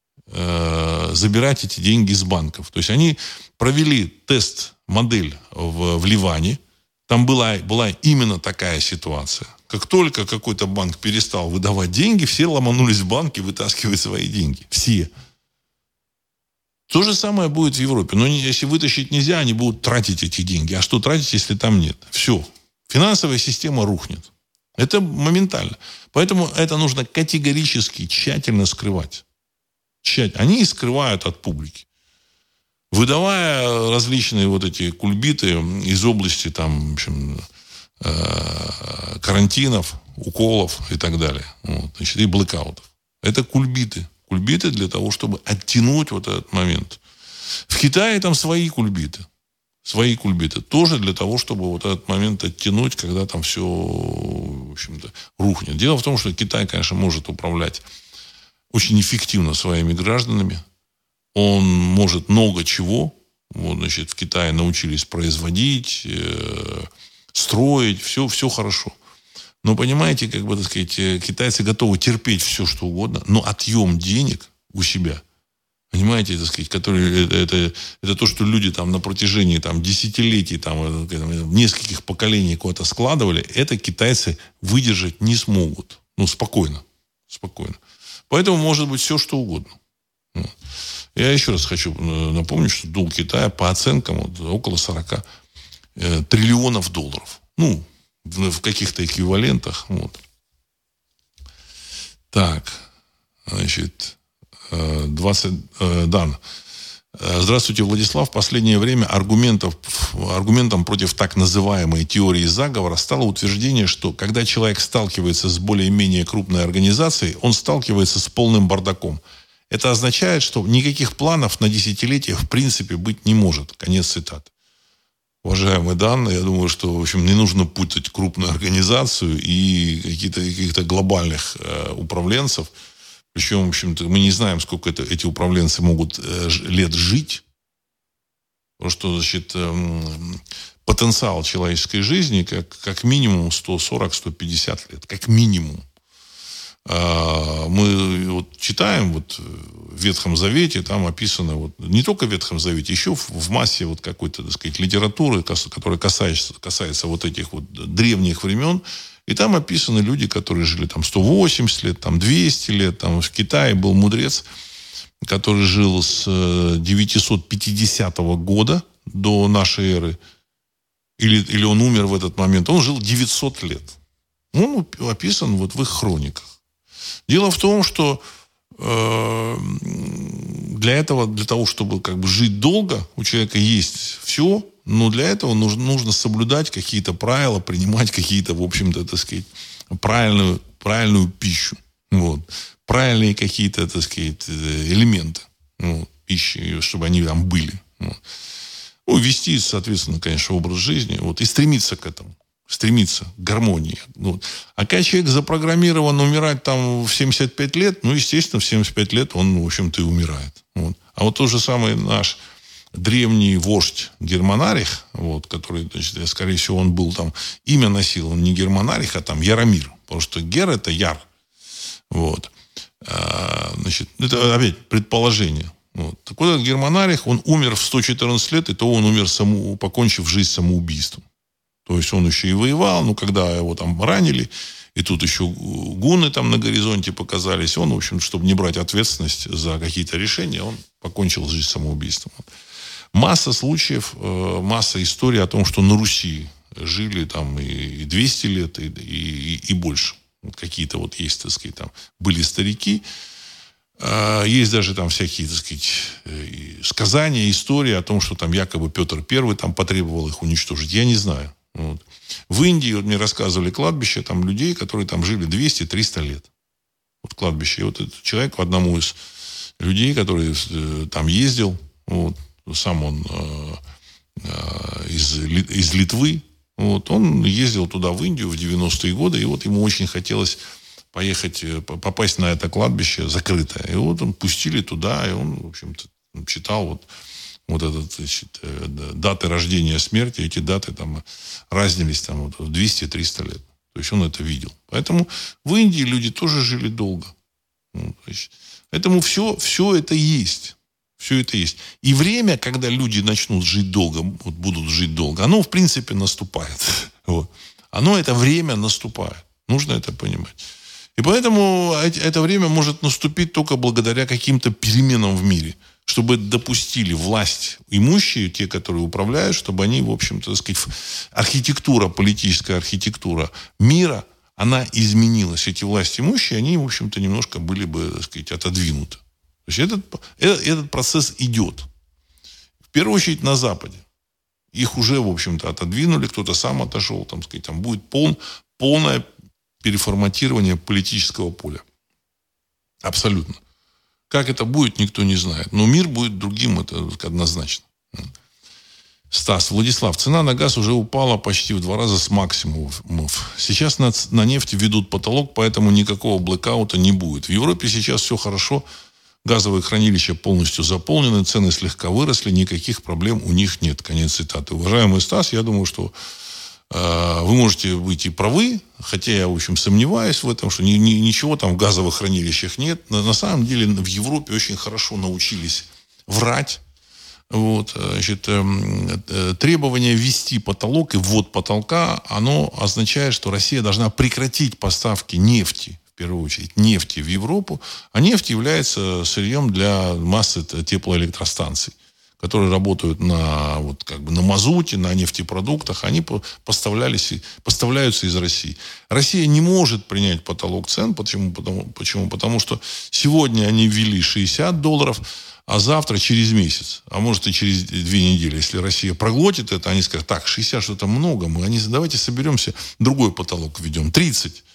э, забирать эти деньги из банков. То есть они провели тест-модель в, в Ливане. Там была, была именно такая ситуация. Как только какой-то банк перестал выдавать деньги, все ломанулись в банки вытаскивать свои деньги. Все. То же самое будет в Европе. Но если вытащить нельзя, они будут тратить эти деньги. А что тратить, если там нет? Все. Финансовая система рухнет. Это моментально. Поэтому это нужно категорически, тщательно скрывать. Тщательно. Они и скрывают от публики. Выдавая различные вот эти кульбиты из области там, в общем, карантинов, уколов и так далее. Вот, значит, и блэкаутов. Это кульбиты. Кульбиты для того, чтобы оттянуть вот этот момент. В Китае там свои кульбиты. Свои кульбиты. Тоже для того, чтобы вот этот момент оттянуть, когда там все, в общем-то, рухнет. Дело в том, что Китай, конечно, может управлять очень эффективно своими гражданами. Он может много чего. Вот, значит, в Китае научились производить, э- строить, все, все хорошо. Но, понимаете, как бы, так сказать, китайцы готовы терпеть все, что угодно, но отъем денег у себя, понимаете, так сказать, который, это, это, это то, что люди там на протяжении там, десятилетий, там, нескольких поколений куда-то складывали, это китайцы выдержать не смогут. Ну, спокойно. Спокойно. Поэтому может быть все, что угодно. Я еще раз хочу напомнить, что долг Китая по оценкам вот, около сорок триллионов долларов. Ну, в, в каких-то эквивалентах. Вот. Так. Значит, двадцать... Дан. Здравствуйте, Владислав. В последнее время аргументов, аргументом против так называемой теории заговора стало утверждение, что когда человек сталкивается с более-менее крупной организацией, он сталкивается с полным бардаком. Это означает, что никаких планов на десятилетия в принципе быть не может. Конец цитаты. Уважаемые данные, я думаю, что, в общем, не нужно путать крупную организацию и какие-то, каких-то глобальных э, управленцев. Причем, в общем-то, мы не знаем, сколько это, эти управленцы могут э, лет жить. Потому что, значит, э, потенциал человеческой жизни как, как минимум сто сорок - сто пятьдесят лет. Как минимум. Мы вот читаем вот в Ветхом Завете, там описано вот, не только в Ветхом Завете, еще в, в массе вот какой-то, так сказать, литературы, которая касается, касается вот этих вот древних времен. И там описаны люди, которые жили там сто восемьдесят лет, там двести лет. Там в Китае был мудрец, который жил с девятисот пятидесятого года до нашей эры. Или, или он умер в этот момент. Он жил девятьсот лет. Он описан вот в их хрониках. Дело в том, что э, для этого, для того, чтобы как бы жить долго, у человека есть все, но для этого нужно, нужно соблюдать какие-то правила, принимать какие-то, в общем-то, так сказать, правильную, правильную пищу. Вот. Правильные какие-то, так сказать, элементы вот, пищи, чтобы они там были. Вот. Ну, вести, соответственно, конечно, образ жизни вот, и стремиться к этому. стремится к гармонии. Вот. А когда человек запрограммирован умирать там в семьдесят пять лет, ну, естественно, в семьдесят пять лет он, в общем-то, и умирает. Вот. А вот тот же самый наш древний вождь Германарих, вот, который, значит, скорее всего, он был там, имя носил, он не Германарих, а там Яромир. Потому что Гер – это Яр. Вот. А, значит, это опять предположение. Вот. Так вот, этот Германарих, он умер в сто четырнадцать лет, и то он умер, саму, покончив жизнь самоубийством. То есть он еще и воевал, но когда его там ранили, и тут еще гунны там на горизонте показались, он, в общем, чтобы не брать ответственность за какие-то решения, он покончил жизнь самоубийством. Масса случаев, масса историй о том, что на Руси жили там и двести лет, и, и, и больше. Вот какие-то вот есть, так сказать, там были старики. Есть даже там всякие, так сказать, сказания, истории о том, что там якобы Петр Первый там потребовал их уничтожить. Я не знаю. Вот. В Индии, вот мне рассказывали, кладбище там людей, которые там жили двести-триста лет. Вот кладбище. И вот этот человек, одному из людей, который там ездил, вот, сам он э, э, из, из Литвы, вот, он ездил туда, в Индию, в девяностые годы, и вот ему очень хотелось поехать, попасть на это кладбище закрытое. И вот он пустили туда, и он, в общем-то, читал вот, вот этот, значит, даты рождения, смерти, эти даты там разнились там вот в двести-триста лет. То есть он это видел. Поэтому в Индии люди тоже жили долго. Ну, поэтому все, все это есть. Все это есть. И время, когда люди начнут жить долго, вот будут жить долго, оно, в принципе, наступает. Вот. Оно, это время наступает. Нужно это понимать. И поэтому это время может наступить только благодаря каким-то переменам в мире. Чтобы допустили власть имущие, те, которые управляют, чтобы они, в общем-то, так сказать, архитектура, политическая архитектура мира, она изменилась. Эти власти имущие, они, в общем-то, немножко были бы, так сказать, отодвинуты. То есть этот, этот процесс идет. В первую очередь на Западе. Их уже, в общем-то, отодвинули, кто-то сам отошел, там, сказать, там будет пол, полное переформатирование политического поля. Абсолютно. Как это будет, никто не знает. Но мир будет другим, это однозначно. Стас, Владислав, цена на газ уже упала почти в два раза с максимумов. Сейчас на, на нефть ведут потолок, поэтому никакого блэкаута не будет. В Европе сейчас все хорошо. Газовые хранилища полностью заполнены, цены слегка выросли, никаких проблем у них нет. Конец цитаты. Уважаемый Стас, я думаю, что э, вы можете быть и правы, хотя я, в общем, сомневаюсь в этом, что ни, ни, ничего там в газовых хранилищах нет. На, на самом деле в Европе очень хорошо научились врать. Вот, значит, э, э, требование ввести потолок и ввод потолка, оно означает, что Россия должна прекратить поставки нефти. В первую очередь, нефти в Европу, а нефть является сырьем для массы теплоэлектростанций, которые работают на, вот, как бы на мазуте, на нефтепродуктах, они поставлялись, поставляются из России. Россия не может принять потолок цен. Почему? Потому, почему? Потому что сегодня они ввели шестьдесят долларов, а завтра через месяц, а может и через две недели, если Россия проглотит это, они скажут, так, шестьдесят что-то много, мы они, давайте соберемся, другой потолок введем, тридцать.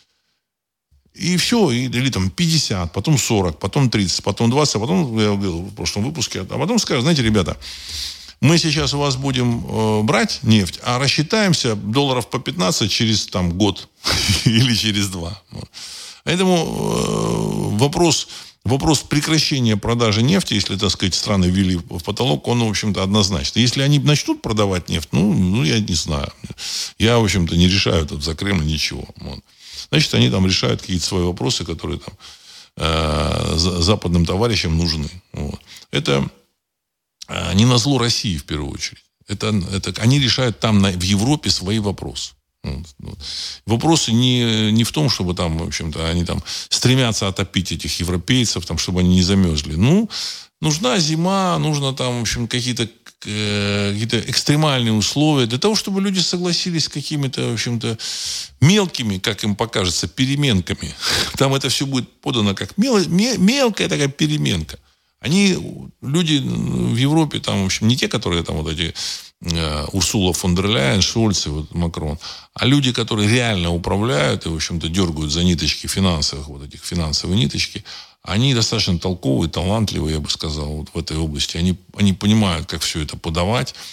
И все, и, или там пятьдесят, потом сорок, потом тридцать, потом двадцать, а потом, я говорил в прошлом выпуске, а потом скажут, знаете, ребята, мы сейчас у вас будем э, брать нефть, а рассчитаемся долларов по пятнадцать через там, год или через два. Поэтому э, вопрос, вопрос прекращения продажи нефти, если, так сказать, страны ввели в потолок, он, в общем-то, однозначно. Если они начнут продавать нефть, ну, ну я не знаю. Я, в общем-то, не решаю тут за Кремль ничего. Вот. Значит, они там решают какие-то свои вопросы, которые там э, западным товарищам нужны. Вот. Это э, не назло России, в первую очередь. Это, это, они решают там, на, в Европе, свои вопросы. Вот, вот. Вопросы не, не в том, чтобы там, в общем-то, они там стремятся отопить этих европейцев, там, чтобы они не замерзли. Ну, нужна зима, нужно там, в общем, какие-то какие-то экстремальные условия для того, чтобы люди согласились с какими-то, в общем-то, мелкими, как им покажется, переменками. Там это все будет подано как мел, мелкая такая переменка. Они, люди в Европе, там, в общем, не те, которые там вот эти э, Урсула фон дер Ляйен, Шольц и вот Макрон, а люди, которые реально управляют и, в общем-то, дергают за ниточки финансовых, вот этих финансовые ниточки, они достаточно толковые, талантливые, я бы сказал, вот в этой области. Они, они понимают, как все это подавать.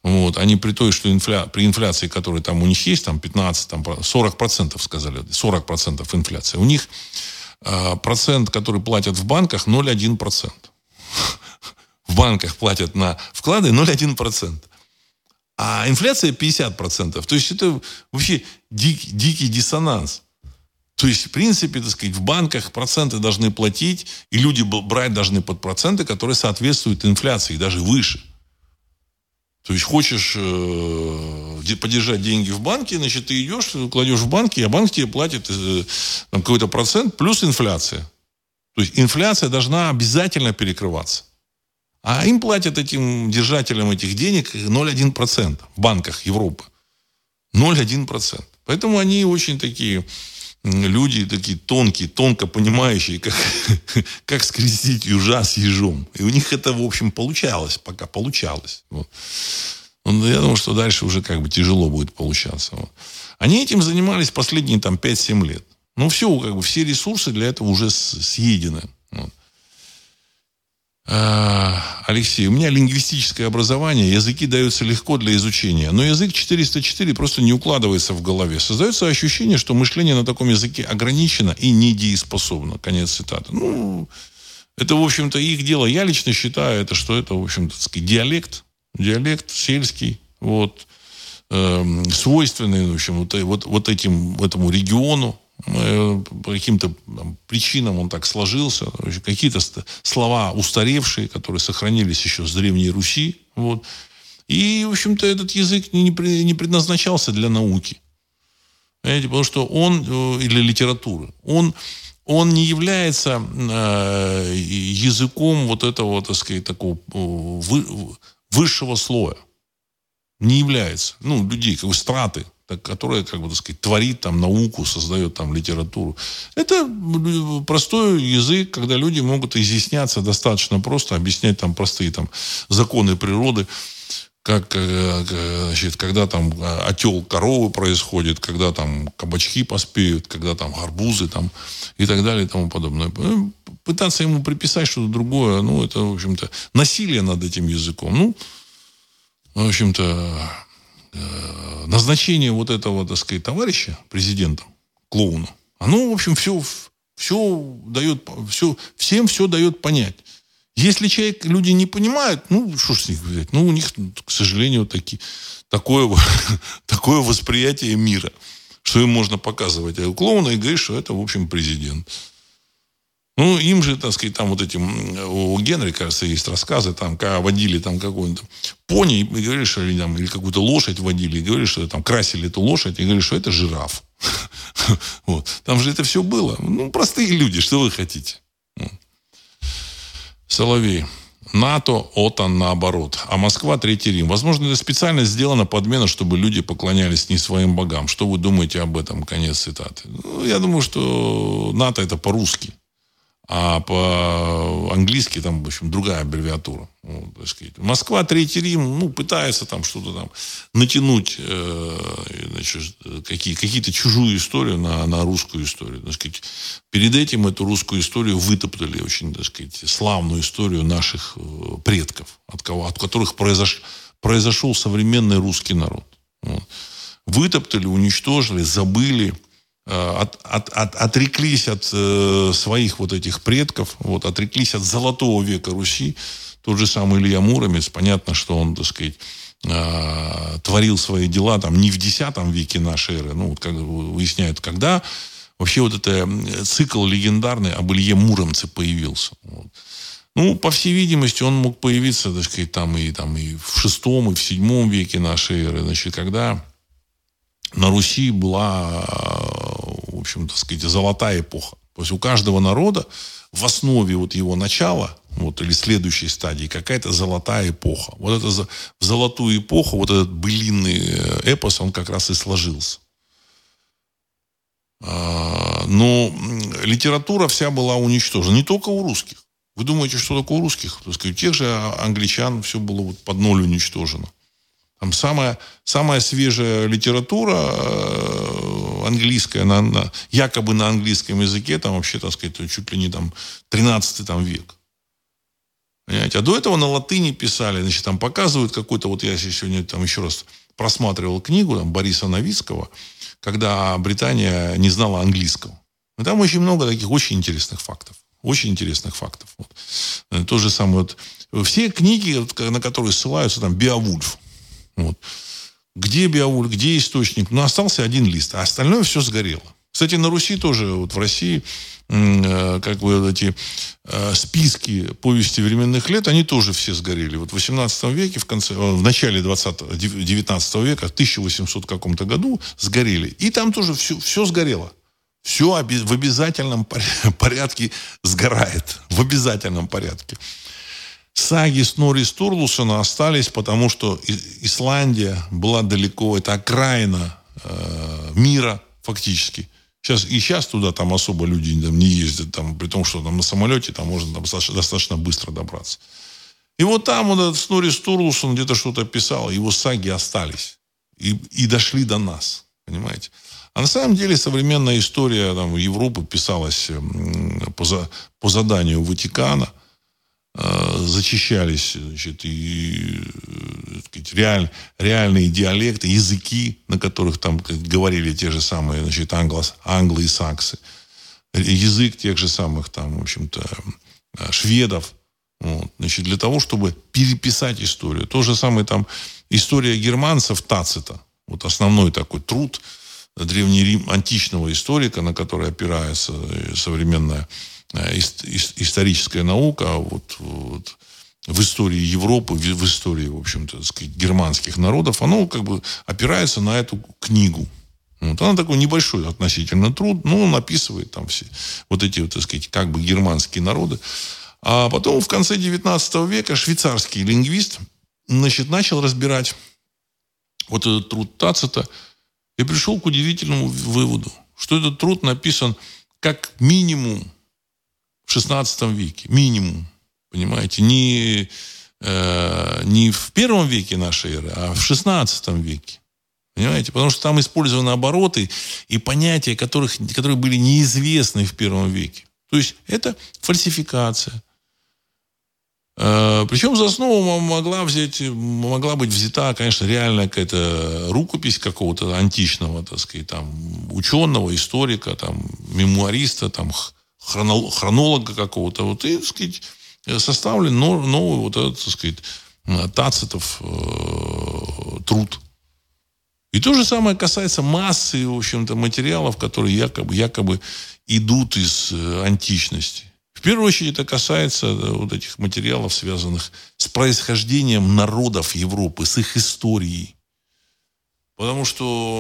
Вот. Они при той, что инфля... при инфляции, которая там у них есть, там пятнадцать, там сорок процентов сказали, сорок процентов инфляция. У них э, процент, который платят в банках, ноль целых одна десятая процента. В банках платят на вклады ноль целых одна десятая процента. А инфляция пятьдесят процентов. То есть это вообще дикий, дикий диссонанс. То есть, в принципе, так сказать, в банках проценты должны платить, и люди брать должны под проценты, которые соответствуют инфляции, даже выше. То есть, хочешь э, подержать деньги в банке, значит, ты идешь, кладешь в банке, а банк тебе платит э, там, какой-то процент плюс инфляция. То есть, инфляция должна обязательно перекрываться. А им платят этим держателям этих денег ноль целых одна десятая процента в банках Европы. ноль целых одна десятая процента. Поэтому они очень такие люди, такие тонкие, тонко понимающие, как, как скрестить ежа с ежом. И у них это, в общем, получалось, пока получалось. Вот. Но я думаю, что дальше уже как бы тяжело будет получаться. Вот. Они этим занимались последние там пять-семь лет. Ну, все, как бы, все ресурсы для этого уже съедены. Вот. Алексей, у меня лингвистическое образование, языки даются легко для изучения, но язык четыреста четыре просто не укладывается в голове. Создается ощущение, что мышление на таком языке ограничено и недееспособно. Конец цитаты. Ну, это, в общем-то, их дело. Я лично считаю, это, что это, в общем-то, так сказать, диалект, диалект сельский, вот, э, свойственный, в общем, вот, вот, вот этим, этому региону. По каким-то там причинам он так сложился. Какие-то слова устаревшие, которые сохранились еще с Древней Руси. Вот. И, в общем-то, этот язык не предназначался для науки. Понимаете? Потому что он, и для литературы, он, он не является э, языком вот этого, так сказать, такого вы, высшего слоя. Не является. Ну, людей, как бы страты, которая, как бы, так сказать, творит там науку, создает там литературу. Это простой язык, когда люди могут изъясняться достаточно просто, объяснять там простые там законы природы, как, значит, когда там отел коровы происходит, когда там кабачки поспеют, когда там арбузы там и так далее и тому подобное. Пытаться ему приписать что-то другое, ну, это, в общем-то, насилие над этим языком. Ну, в общем-то, назначение вот этого, так сказать, товарища, президента, клоуна, оно, в общем, все, все дает, все, всем все дает понять. Если человек, люди не понимают, ну, что ж с них взять? Ну, у них, к сожалению, таки, такое, такое восприятие мира, что им можно показывать клоуна и говорить, что это, в общем, президент. Ну, им же, так сказать, там вот этим, у Генри, кажется, есть рассказы, там, когда водили там какой-нибудь пони, и говорили, что или, там, или какую-то лошадь водили, и говорили, что там красили эту лошадь, и говорили, что это жираф. Вот. Там же это все было. Ну, простые люди, что вы хотите. Соловей. НАТО, ОТАН наоборот. А Москва Третий Рим. Возможно, это специально сделано подмена, чтобы люди поклонялись не своим богам. Что вы думаете об этом? Конец цитаты. Ну, я думаю, что НАТО это по-русски. А по-английски там, в общем, другая аббревиатура. Вот, так сказать. Москва, Третий Рим, ну, пытается там что-то там натянуть, э, значит, какие, какие-то чужую историю на, на русскую историю. Так сказать. Перед этим эту русскую историю вытоптали, очень, так сказать, славную историю наших предков, от, кого, от которых произош, произошел современный русский народ. Вот. Вытоптали, уничтожили, забыли. От, от, от, отреклись от э, своих вот этих предков, вот, отреклись от золотого века Руси. Тот же самый Илья Муромец, понятно, что он, так сказать, э, творил свои дела там не в десятом веке нашей эры, ну, вот как выясняют, когда вообще вот этот цикл легендарный об Илье Муромце появился. Вот. Ну, по всей видимости, он мог появиться, так сказать, там и, там и в шестом, и в седьмом веке нашей эры, значит, когда на Руси была, в общем, так сказать, золотая эпоха. То есть у каждого народа в основе вот его начала, вот, или следующей стадии, какая-то золотая эпоха. Вот это, в золотую эпоху вот этот былинный эпос, он как раз и сложился. Но литература вся была уничтожена. Не только у русских. Вы думаете, что такое у русских? Так сказать, у тех же англичан все было вот под ноль уничтожено. Там самая, самая свежая литература э, английская, на, на, якобы на английском языке, там вообще, так сказать, чуть ли не там тринадцатый там, век. Понимаете? А до этого на латыни писали, значит, там показывают какой-то, вот я сегодня там еще раз просматривал книгу там, Бориса Новицкого, когда Британия не знала английского. И там очень много таких очень интересных фактов. Очень интересных фактов. Вот. То же самое. Вот. Все книги, на которые ссылаются, там, Беовульф. Вот. Где Беовульф, где источник? Ну, остался один лист, а остальное все сгорело. Кстати, на Руси тоже, вот в России, э, как бы эти э, списки повести временных лет, они тоже все сгорели. Вот в восемнадцатом веке, в, конце, в начале двадцатого, девятнадцатого века, в тысяча восьмисотом каком-то году сгорели. И там тоже все, все сгорело. Все в обязательном порядке сгорает. В обязательном порядке. Саги Снорри Стурлусона остались, потому что Исландия была далеко. Это окраина э, мира фактически. Сейчас, и сейчас туда там особо люди там, не ездят, там, при том, что там на самолете там можно там, достаточно, достаточно быстро добраться. И вот там вот этот Снорри Стурлусон где-то что-то писал, его саги остались. И, и дошли до нас. Понимаете? А на самом деле современная история там, Европы писалась по, за, по заданию Ватикана. Зачищались, значит, и, сказать, реаль, реальные диалекты, языки, на которых там говорили те же самые, значит, англо, англы и саксы. Язык тех же самых там, в общем-то, шведов. Вот, значит, для того, чтобы переписать историю. То же самое там история германцев Тацита. Вот основной такой труд древнего Рим, античного историка, на который опирается современная историческая наука, вот, вот, в истории Европы, в, в истории, в общем-то, так сказать, германских народов, оно как бы опирается на эту книгу. Вот. Она такой небольшой относительно труд, но он описывает там все вот эти, вот, так сказать, как бы германские народы. А потом в конце девятнадцатого века швейцарский лингвист, значит, начал разбирать вот этот труд Тацита и пришел к удивительному выводу, что этот труд написан как минимум в шестнадцатом веке. Минимум. Понимаете? Не, э, не в первом веке нашей эры, а в шестнадцатом веке. Понимаете? Потому что там использованы обороты и понятия, которых, которые были неизвестны в первом веке. То есть это фальсификация. Э, причем за основу могла, взять, могла быть взята, конечно, реальная какая-то рукопись какого-то античного, так сказать, там, ученого, историка, там, мемуариста, там, хронолога какого-то, вот, и, так сказать, составлен новый, вот этот, так сказать, Тацитов э, труд. И то же самое касается массы, в общем-то, материалов, которые якобы, якобы идут из античности. В первую очередь это касается вот этих материалов, связанных с происхождением народов Европы, с их историей. Потому что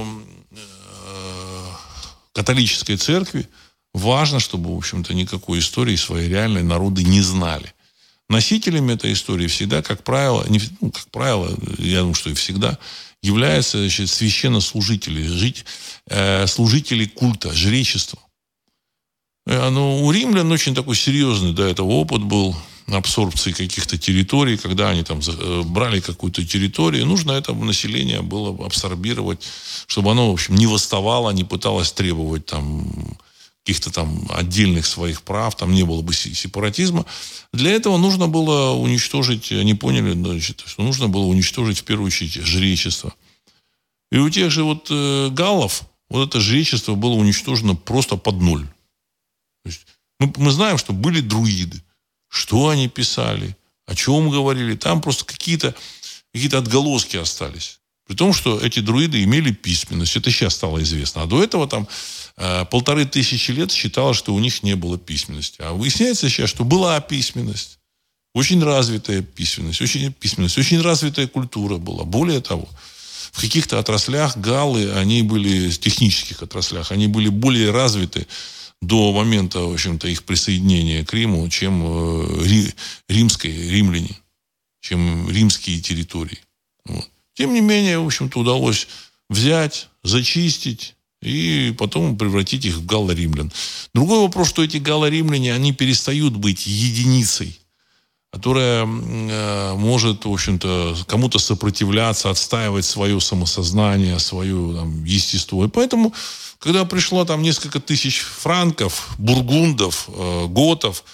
э, католической церкви важно, чтобы, в общем-то, никакой истории своей реальной народы не знали. Носителями этой истории всегда, как правило, не, ну, как правило, я думаю, что и всегда, являются, значит, священнослужители, жить, э, служители культа, жречества. Ну, у римлян очень такой серьезный до этого опыт был абсорбции каких-то территорий, когда они там брали какую-то территорию, нужно это население было абсорбировать, чтобы оно, в общем, не восставало, не пыталось требовать там каких-то там отдельных своих прав, там не было бы сепаратизма. Для этого нужно было уничтожить, они поняли, значит, что нужно было уничтожить в первую очередь жречество. И у тех же вот э, галлов вот это жречество было уничтожено просто под ноль. То есть мы, мы знаем, что были друиды. Что они писали, о чем говорили. Там просто какие-то, какие-то отголоски остались. При том, что эти друиды имели письменность. Это сейчас стало известно. А до этого там э, полторы тысячи лет считалось, что у них не было письменности. А выясняется сейчас, что была письменность. Очень развитая письменность. Очень, письменность, очень развитая культура была. Более того, в каких-то отраслях галлы, они были, в технических отраслях, они были более развиты до момента, в общем-то, их присоединения к Риму, чем э, римские, римляне, чем римские территории. Вот. Тем не менее, в общем-то, удалось взять, зачистить и потом превратить их в галло-римлян. Другой вопрос, что эти галло-римляне, они перестают быть единицей, которая э, может, в общем-то, кому-то сопротивляться, отстаивать свое самосознание, свое там, естество. И поэтому, когда пришло там несколько тысяч франков, бургундов, э, готов,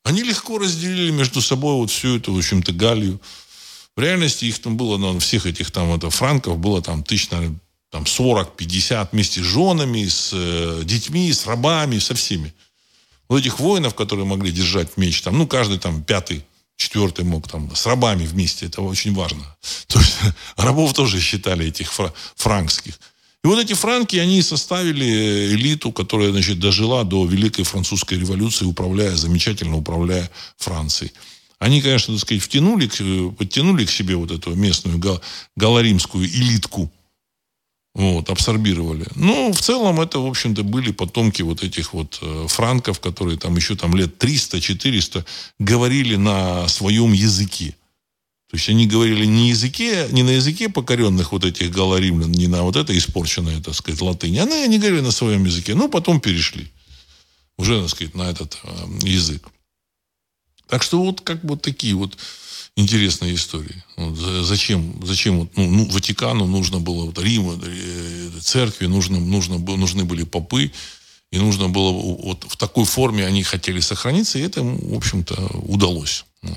Они легко разделили между собой вот всю эту, в общем-то, Галлию. В реальности их там было, ну, всех этих там это, франков было там тысяч, наверное, там сорок-пятьдесят вместе с женами, с э, детьми, с рабами, со всеми. Вот этих воинов, которые могли держать меч, там, ну, каждый там пятый, четвертый мог там с рабами вместе. Это очень важно. То есть рабов тоже считали этих фра- франкских. И вот эти франки, они составили элиту, которая, значит, дожила до Великой Французской революции, управляя, замечательно управляя Францией. Они, конечно, так сказать, втянули, подтянули к себе вот эту местную галлоримскую элитку, вот, абсорбировали. Но в целом это, в общем-то, были потомки вот этих вот франков, которые там еще там лет триста-четыреста говорили на своем языке. То есть они говорили не, языке, не на языке покоренных вот этих галлоримлян, не на вот это испорченное, так сказать, латынь. Они, они говорили на своем языке. Ну, потом перешли уже, так сказать, на этот э, язык. Так что вот как бы вот такие вот интересные истории. Вот зачем, зачем вот, ну, ну, Ватикану нужно было, вот, Риму, церкви, нужно, нужно, нужны были попы, и нужно было вот в такой форме они хотели сохраниться, и это, в общем-то, удалось. Вот.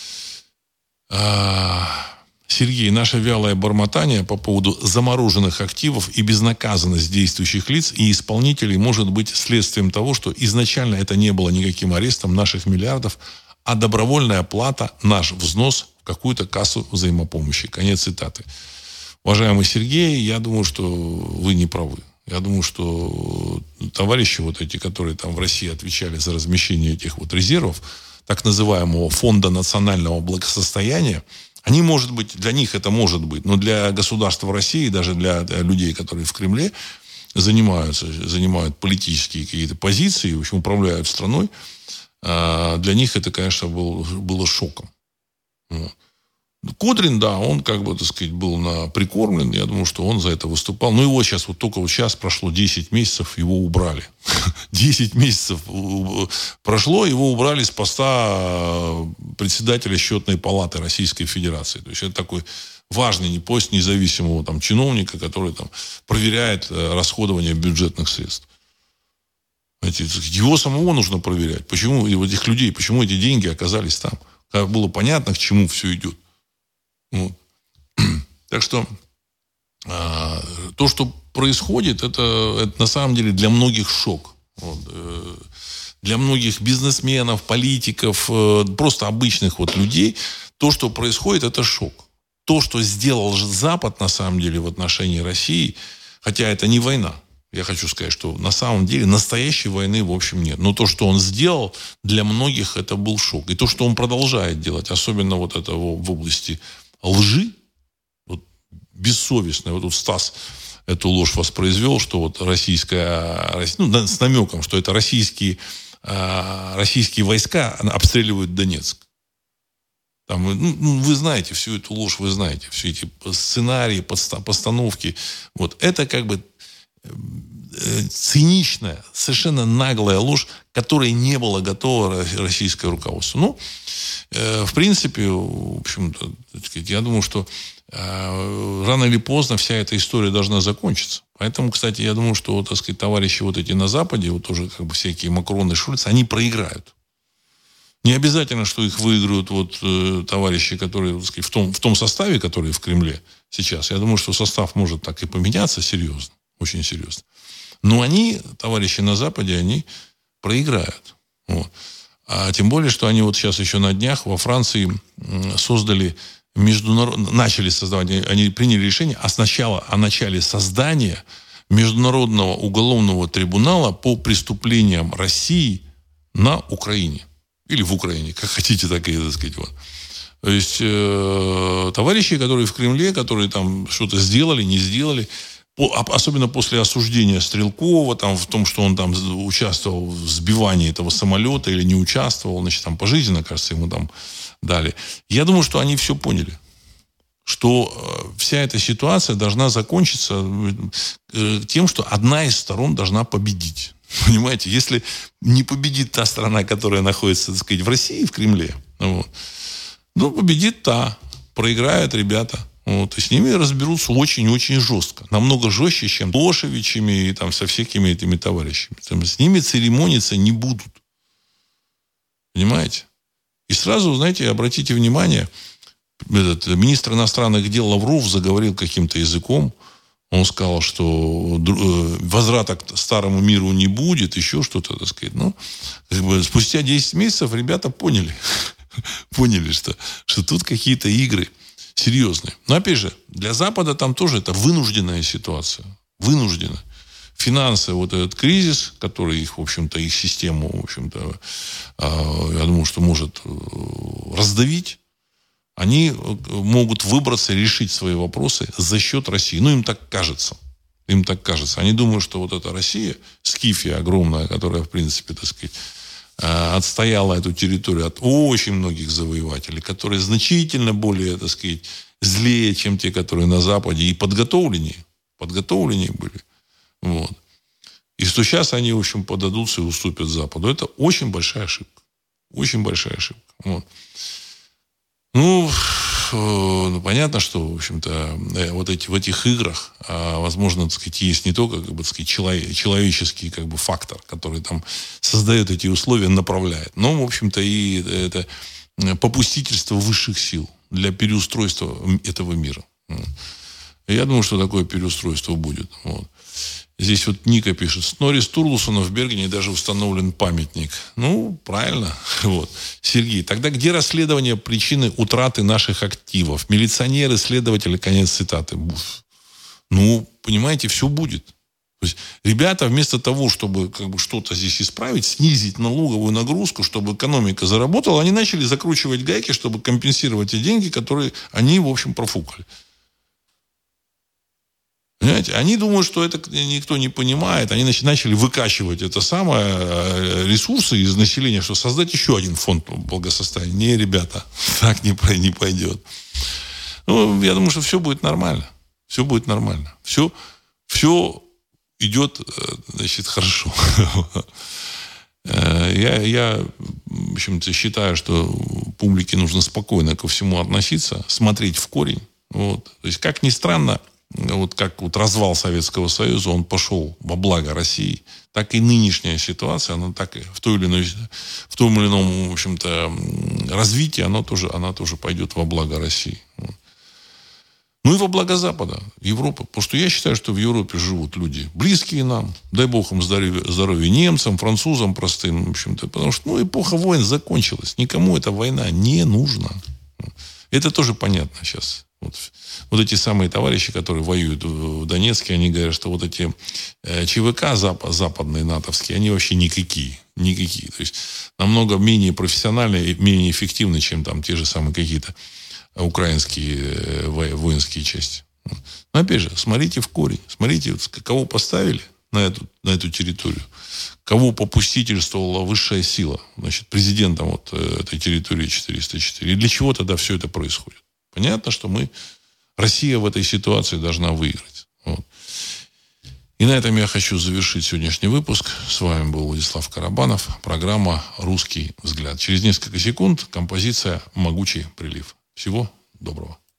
Сергей, наше вялое бормотание по поводу замороженных активов и безнаказанность действующих лиц и исполнителей может быть следствием того, что изначально это не было никаким арестом наших миллиардов, а добровольная плата, наш взнос в какую-то кассу взаимопомощи. Конец цитаты. Уважаемый Сергей, я думаю, что вы не правы. Я думаю, что товарищи вот эти, которые там в России отвечали за размещение этих вот резервов, так называемого фонда национального благосостояния, они, может быть, для них это может быть, но для государства России, даже для людей, которые в Кремле занимаются, занимают политические какие-то позиции, в общем, управляют страной, для них это, конечно, был, было шоком. Кудрин, да, он, как бы, так сказать, был на, прикормлен. Я думаю, что он за это выступал. Но его сейчас, вот только вот сейчас прошло десять месяцев, его убрали. десять месяцев прошло, его убрали с поста председателя Счетной палаты Российской Федерации. То есть это такой важный пост независимого там чиновника, который там проверяет расходование бюджетных средств. Его самого нужно проверять. Почему этих людей, почему эти деньги оказались там? Как было понятно, к чему все идет. Вот. Так что а, то, что происходит, это, это на самом деле для многих шок. Вот. Для многих бизнесменов, политиков, просто обычных вот людей, то, что происходит, это шок. То, что сделал Запад на самом деле в отношении России, хотя это не война. Я хочу сказать, что на самом деле настоящей войны, в общем, нет. Но то, что он сделал, для многих это был шок. И то, что он продолжает делать, особенно вот это в области лжи, вот бессовестно. Вот тут Стас эту ложь воспроизвел, что вот российская, ну, с намеком, что это российские, российские войска обстреливают Донецк. Там, ну, вы знаете всю эту ложь, вы знаете все эти сценарии, постановки. Вот это как бы циничная, совершенно наглая ложь, которой не было готово российское руководство. Ну, э, в принципе, в общем-то, я думаю, что э, рано или поздно вся эта история должна закончиться. Поэтому, кстати, я думаю, что, так сказать, товарищи вот эти на Западе, вот тоже как бы всякие Макроны, Шульц, они проиграют. Не обязательно, что их выиграют вот э, товарищи, которые, так сказать, в том, в том составе, который в Кремле сейчас. Я думаю, что состав может так и поменяться серьезно. Очень серьезно. Но они, товарищи на Западе, они проиграют. Вот. А тем более, что они вот сейчас еще на днях во Франции создали международ... начали создавать, они приняли решение о, сначала, о начале создания Международного уголовного трибунала по преступлениям России на Украине. Или в Украине, как хотите, так и, так сказать. Вот. То есть э, товарищи, которые в Кремле, которые там что-то сделали, не сделали, особенно после осуждения Стрелкова, там, в том, что он там участвовал в сбивании этого самолета или не участвовал, значит, там пожизненно, кажется, ему там дали. Я думаю, что они все поняли. Что вся эта ситуация должна закончиться тем, что одна из сторон должна победить. Понимаете? Если не победит та страна, которая находится, так сказать, в России, в Кремле, вот, ну, победит та, проиграют ребята. Вот, и с ними разберутся очень-очень жестко. Намного жестче, чем с Милошевичами и там, со всякими этими товарищами. Там, с ними церемониться не будут. Понимаете? И сразу, знаете, обратите внимание, этот министр иностранных дел Лавров заговорил каким-то языком. Он сказал, что возврата к старому миру не будет, еще что-то, так сказать. Ну, как бы спустя десять месяцев ребята поняли, поняли, что, что тут какие-то игры серьезные. Но, опять же, для Запада там тоже это вынужденная ситуация. Вынужденная. Финансы, вот этот кризис, который их, в общем-то, их систему, в общем-то, я думаю, что может раздавить, они могут выбраться, решить свои вопросы за счет России. Ну, им так кажется. Им так кажется. Они думают, что вот эта Россия, Скифия огромная, которая, в принципе, так сказать, отстояла эту территорию от очень многих завоевателей, которые значительно более, так сказать, злее, чем те, которые на Западе, и подготовленнее. Подготовленнее были. Вот. И что сейчас они, в общем, подадутся и уступят Западу. Это очень большая ошибка. Очень большая ошибка. Вот. Ну, ну, понятно, что, в общем-то, вот эти, в этих играх, возможно, так сказать, есть не только, как бы, так сказать, человеческий, как бы, фактор, который там создает эти условия, направляет, но, в общем-то, и это попустительство высших сил для переустройства этого мира. Я думаю, что такое переустройство будет. Вот. Здесь вот Ника пишет: Снорри Стурлусону в Бергене даже установлен памятник. Ну, правильно. Вот. Сергей: тогда где расследование причины утраты наших активов? Милиционеры, следователи, конец цитаты. Ну, понимаете, все будет. То есть ребята вместо того, чтобы, как бы, что-то здесь исправить, снизить налоговую нагрузку, чтобы экономика заработала, они начали закручивать гайки, чтобы компенсировать те деньги, которые они, в общем, профукали. Понимаете? Они думают, что это никто не понимает. Они начали выкачивать это самое, ресурсы из населения, чтобы создать еще один фонд благосостояния. Не, ребята, так не, не пойдет. Ну, я думаю, что все будет нормально. Все будет нормально. Все, все идет, значит, хорошо. Я, я, в общем-то, считаю, что публике нужно спокойно ко всему относиться, смотреть в корень. Вот. То есть, как ни странно, вот как вот развал Советского Союза, он пошел во благо России, так и нынешняя ситуация, она так и в той или иной, в том или ином, в общем-то, развитии, она тоже, она тоже пойдет во благо России. Ну и во благо Запада, Европы. Потому что я считаю, что в Европе живут люди близкие нам. Дай бог им здоровья, здоровья немцам, французам простым, в общем-то. Потому что, ну, эпоха войн закончилась. Никому эта война не нужна. Это тоже понятно сейчас. Вот, вот эти самые товарищи, которые воюют в Донецке, они говорят, что вот эти ЧВК запад, западные, натовские, они вообще никакие. Никакие. То есть намного менее профессиональные, менее эффективны, чем там те же самые какие-то украинские воинские части. Но опять же, смотрите в корень. Смотрите, вот, кого поставили на эту, на эту территорию. Кого попустительствовала высшая сила. Значит, президентом вот этой территории четыреста четыре. И для чего тогда все это происходит? Понятно, что мы, Россия в этой ситуации должна выиграть. Вот. И на этом я хочу завершить сегодняшний выпуск. С вами был Владислав Карабанов. Программа «Русский взгляд». Через несколько секунд композиция «Могучий прилив». Всего доброго.